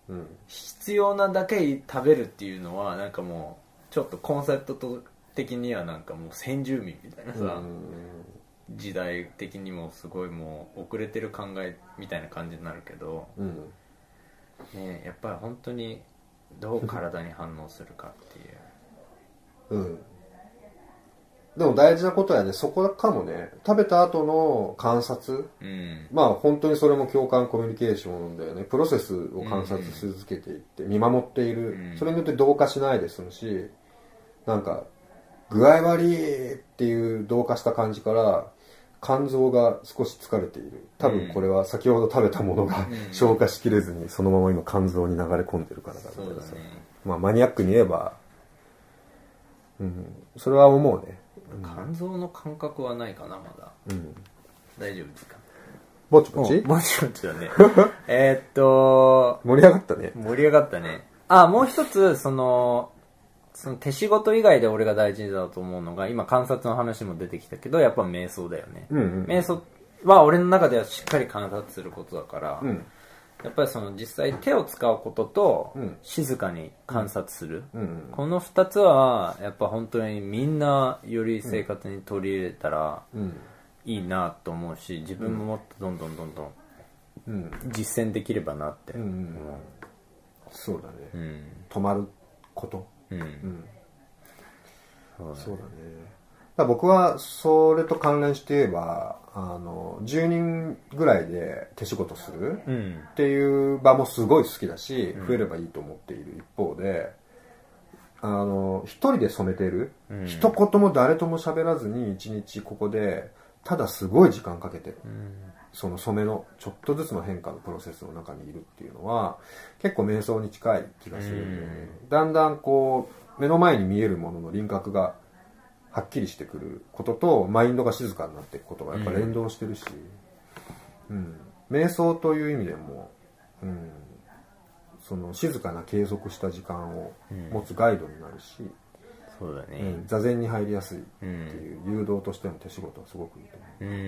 うん、 必要なだけ食べるっていうのはなんかもうちょっとコンセプト的にはなんかもう先住民みたいなさ、うん、時代的にもすごいもう遅れてる考えみたいな感じになるけど、うん、ね、やっぱり本当にどう体に反応するかっていううんでも大事なことはね、そこかもね。食べた後の観察、うん、まあ本当にそれも共感コミュニケーションだよね。プロセスを観察し続けていって、見守っている、うん、それによって同化しないで済むし、なんか具合悪いっていう同化した感じから肝臓が少し疲れている。多分これは先ほど食べたものが、うん、消化しきれずにそのまま今肝臓に流れ込んでるからだみたいなさ、ね、まあマニアックに言えば、うん、それは思うね。 肝臓の感覚はないかな、まだ。うん、大丈夫ですか？ ぼちぼちぼちぼちだね。えっと、 盛り上がったね。 盛り上がったね。あ、もう一つ、その、その手仕事以外で俺が大事だと思うのが、今観察の話も出てきたけど、やっぱ瞑想だよね。うんうん、瞑想は俺の中ではしっかり観察することだから、うん、やっぱりその実際手を使うことと静かに観察する、うんうんうん、この二つはやっぱ本当にみんなより生活に取り入れたらいいなと思うし、自分ももっとどんどんどんどん実践できればなって思う、うんうん、 そうだね、うん、止まること、うんうん、そうだね。そうだね。だから僕はそれと関連して言えばあのじゅうにんぐらいで手仕事するっていう場もすごい好きだし、うん、増えればいいと思っている一方で、あの一人で染めてる、うん、一言も誰とも喋らずに一日ここでただすごい時間かけて、うん、その染めのちょっとずつの変化のプロセスの中にいるっていうのは結構瞑想に近い気がするんで、ね、うん、だんだんこう目の前に見えるものの輪郭がはっきりしてくることとマインドが静かになっていくことがやっぱ連動してるし、うんうん、瞑想という意味でも、うん、その静かな継続した時間を持つガイドになるし、うん、 そうだね、 うん、座禅に入りやすいっていう誘導としての手仕事はすごくいいと思う、うん、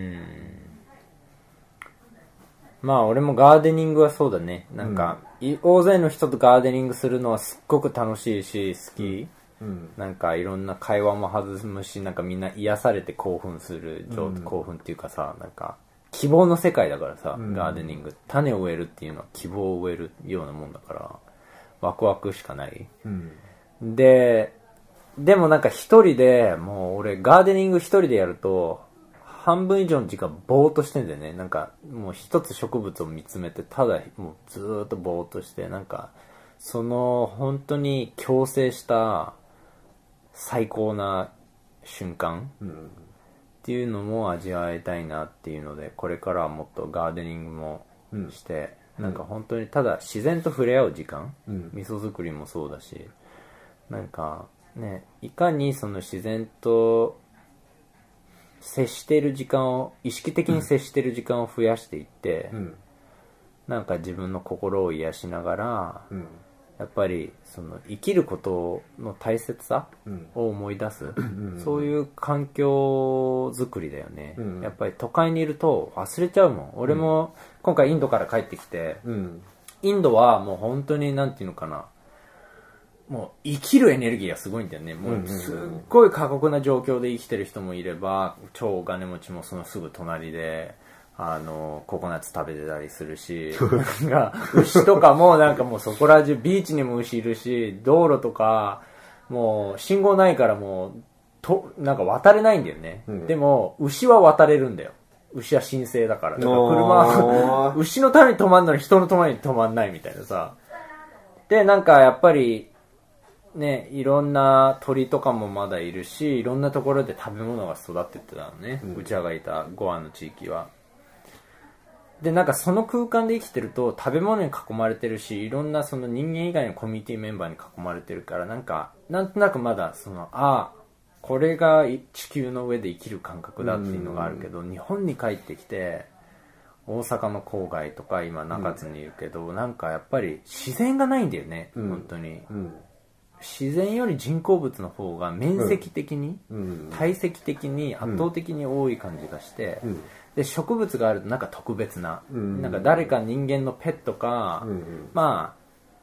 まあ俺もガーデニングはそうだね。なんか、うん、大勢の人とガーデニングするのはすっごく楽しいし好き、うんうん、なんかいろんな会話も弾むし、なんかみんな癒されて興奮する、うん、興奮っていうかさ、なんか希望の世界だからさ、うん、ガーデニング種を植えるっていうのは希望を植えるようなもんだからワクワクしかない、うん、ででもなんか一人でもう俺ガーデニング一人でやると半分以上の時間ぼーっとしてんだよね。なんかもう一つ植物を見つめてただもうずーっとぼーっとして、なんかその本当に共生した最高な瞬間っていうのも味わいたいなっていうので、これからはもっとガーデニングもして、うん、なんか本当にただ自然と触れ合う時間、うん、味噌作りもそうだし、なんかね、いかにその自然と接している時間を意識的に接している時間を増やしていって、うん、なんか自分の心を癒しながら、うん、やっぱりその生きることの大切さを思い出す、うん、そういう環境づくりだよね、うん、やっぱり都会にいると忘れちゃうもん。俺も今回インドから帰ってきて、うん、インドはもう本当になんていうのかな、もう生きるエネルギーがすごいんだよね。もうすっごい過酷な状況で生きてる人もいれば、超お金持ちもそのすぐ隣であのココナッツ食べてたりするしなんか牛とかもなんかもうそこら中ビーチにも牛いるし、道路とかもう信号ないからもうとなんか渡れないんだよね、うん、でも牛は渡れるんだよ。牛は神聖だから。だから車は牛のために止まんのに人のために止まんないみたいなさ。でなんかやっぱりね、いろんな鳥とかもまだいるし、いろんなところで食べ物が育ってってたのね、うん、うちらがいたゴアの地域は。でなんかその空間で生きてると食べ物に囲まれてるし、いろんなその人間以外のコミュニティメンバーに囲まれてるから、なんかなんとなくまだそのああこれが地球の上で生きる感覚だっていうのがあるけど、日本に帰ってきて大阪の郊外とか今中津にいるけど、うん、なんかやっぱり自然がないんだよね、うん、本当に、うん、自然より人工物の方が面積的に、うん、体積的に圧倒的に多い感じがして、うん、で植物があるとなんか特別な、うん、なんか誰か人間のペットか、うん、まあ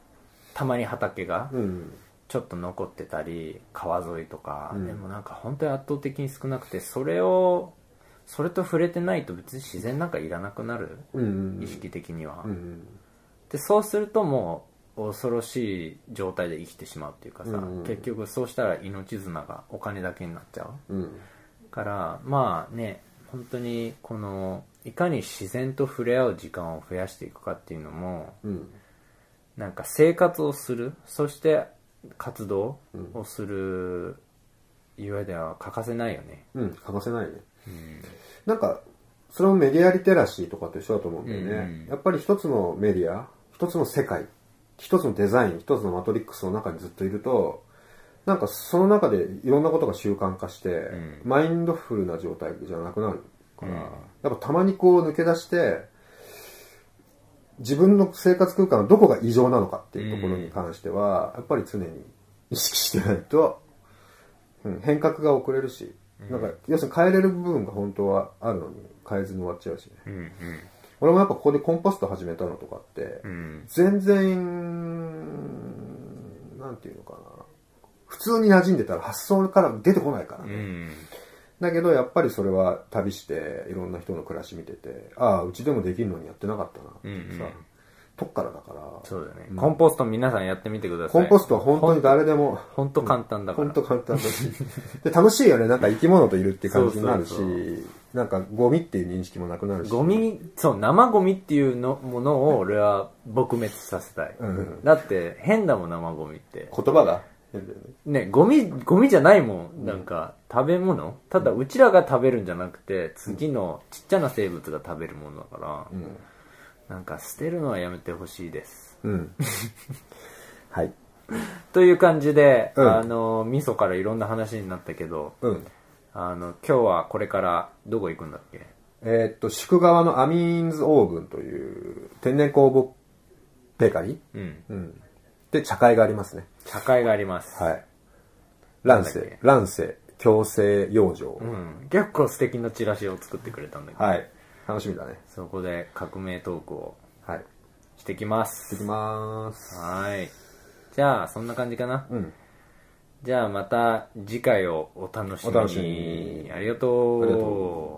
たまに畑がうんちょっと残ってたり川沿いとか、 うんでもなんか本当に圧倒的に少なくて、それをそれと触れてないと別に自然なんかいらなくなる、 うん意識的には、 うんうんでそうするともう恐ろしい状態で生きてしまうっていうかさ、 うん結局そうしたら命綱がお金だけになっちゃううんからまあね、本当にこのいかに自然と触れ合う時間を増やしていくかっていうのも、 うんなんか生活をする、そして活動をする上では欠かせないよね。 うん欠かせないね。 うんなんかそれもメディアリテラシーとかと一緒だと思うんだよね、 うんやっぱり一つのメディア、一つの世界、一つのデザイン、一つのマトリックスの中にずっといると、なんかその中でいろんなことが習慣化して、 うん、 マインドフルな状態じゃなくなるから、 うん、 やっぱたまにこう抜け出して自分の生活空間のどこが異常なのかっていうところに関しては、やっぱり常に意識してないと、うん、変革が遅れるし、なんか要するに変えれる部分が本当はあるのに変えずに終わっちゃうしね、 うんうん、 俺もやっぱここでコンポスト始めたのとかって、 うん、 全然なんていうのかな、普通に馴染んでたら発想から出てこないからね、うん、だけどやっぱりそれは旅していろんな人の暮らし見てて、ああうちでもできるのにやってなかったなってさ、うんうん、とっからだから。 そうだね、うん、コンポスト皆さんやってみてください。 コンポストは本当に誰でも本当簡単だから、 本当簡単だしで楽しいよね、なんか生き物といるっていう感じになるし、そうそうそう、なんかゴミっていう認識もなくなるし、 ゴミ、そう生ゴミっていうのものを俺は撲滅させたい、うん、だって変だもん生ゴミって言葉がね、ゴミ、ゴミじゃないもん。なんか、食べ物、ただ、うちらが食べるんじゃなくて、次のちっちゃな生物が食べるものだから、うん、なんか、捨てるのはやめてほしいです。うん。はい。という感じで、うん、あの、味噌からいろんな話になったけど、うん、あの、今日はこれからどこ行くんだっけ？ えー、っと、宿川のアミーンズオーブンという天然酵母ベーカリー、うん、うんで、茶会がありますね。 茶会があります。 はい。乱世、乱世、強制養生。 うん。結構素敵なチラシを作ってくれたんだけど。 はい。楽しみだね。 そこで革命トークを、はい。してきます。 してきます。 はい。じゃあ、そんな感じかな。うん。じゃあ、また次回をお楽しみに。お楽しみに。ありがとう。ありがとう。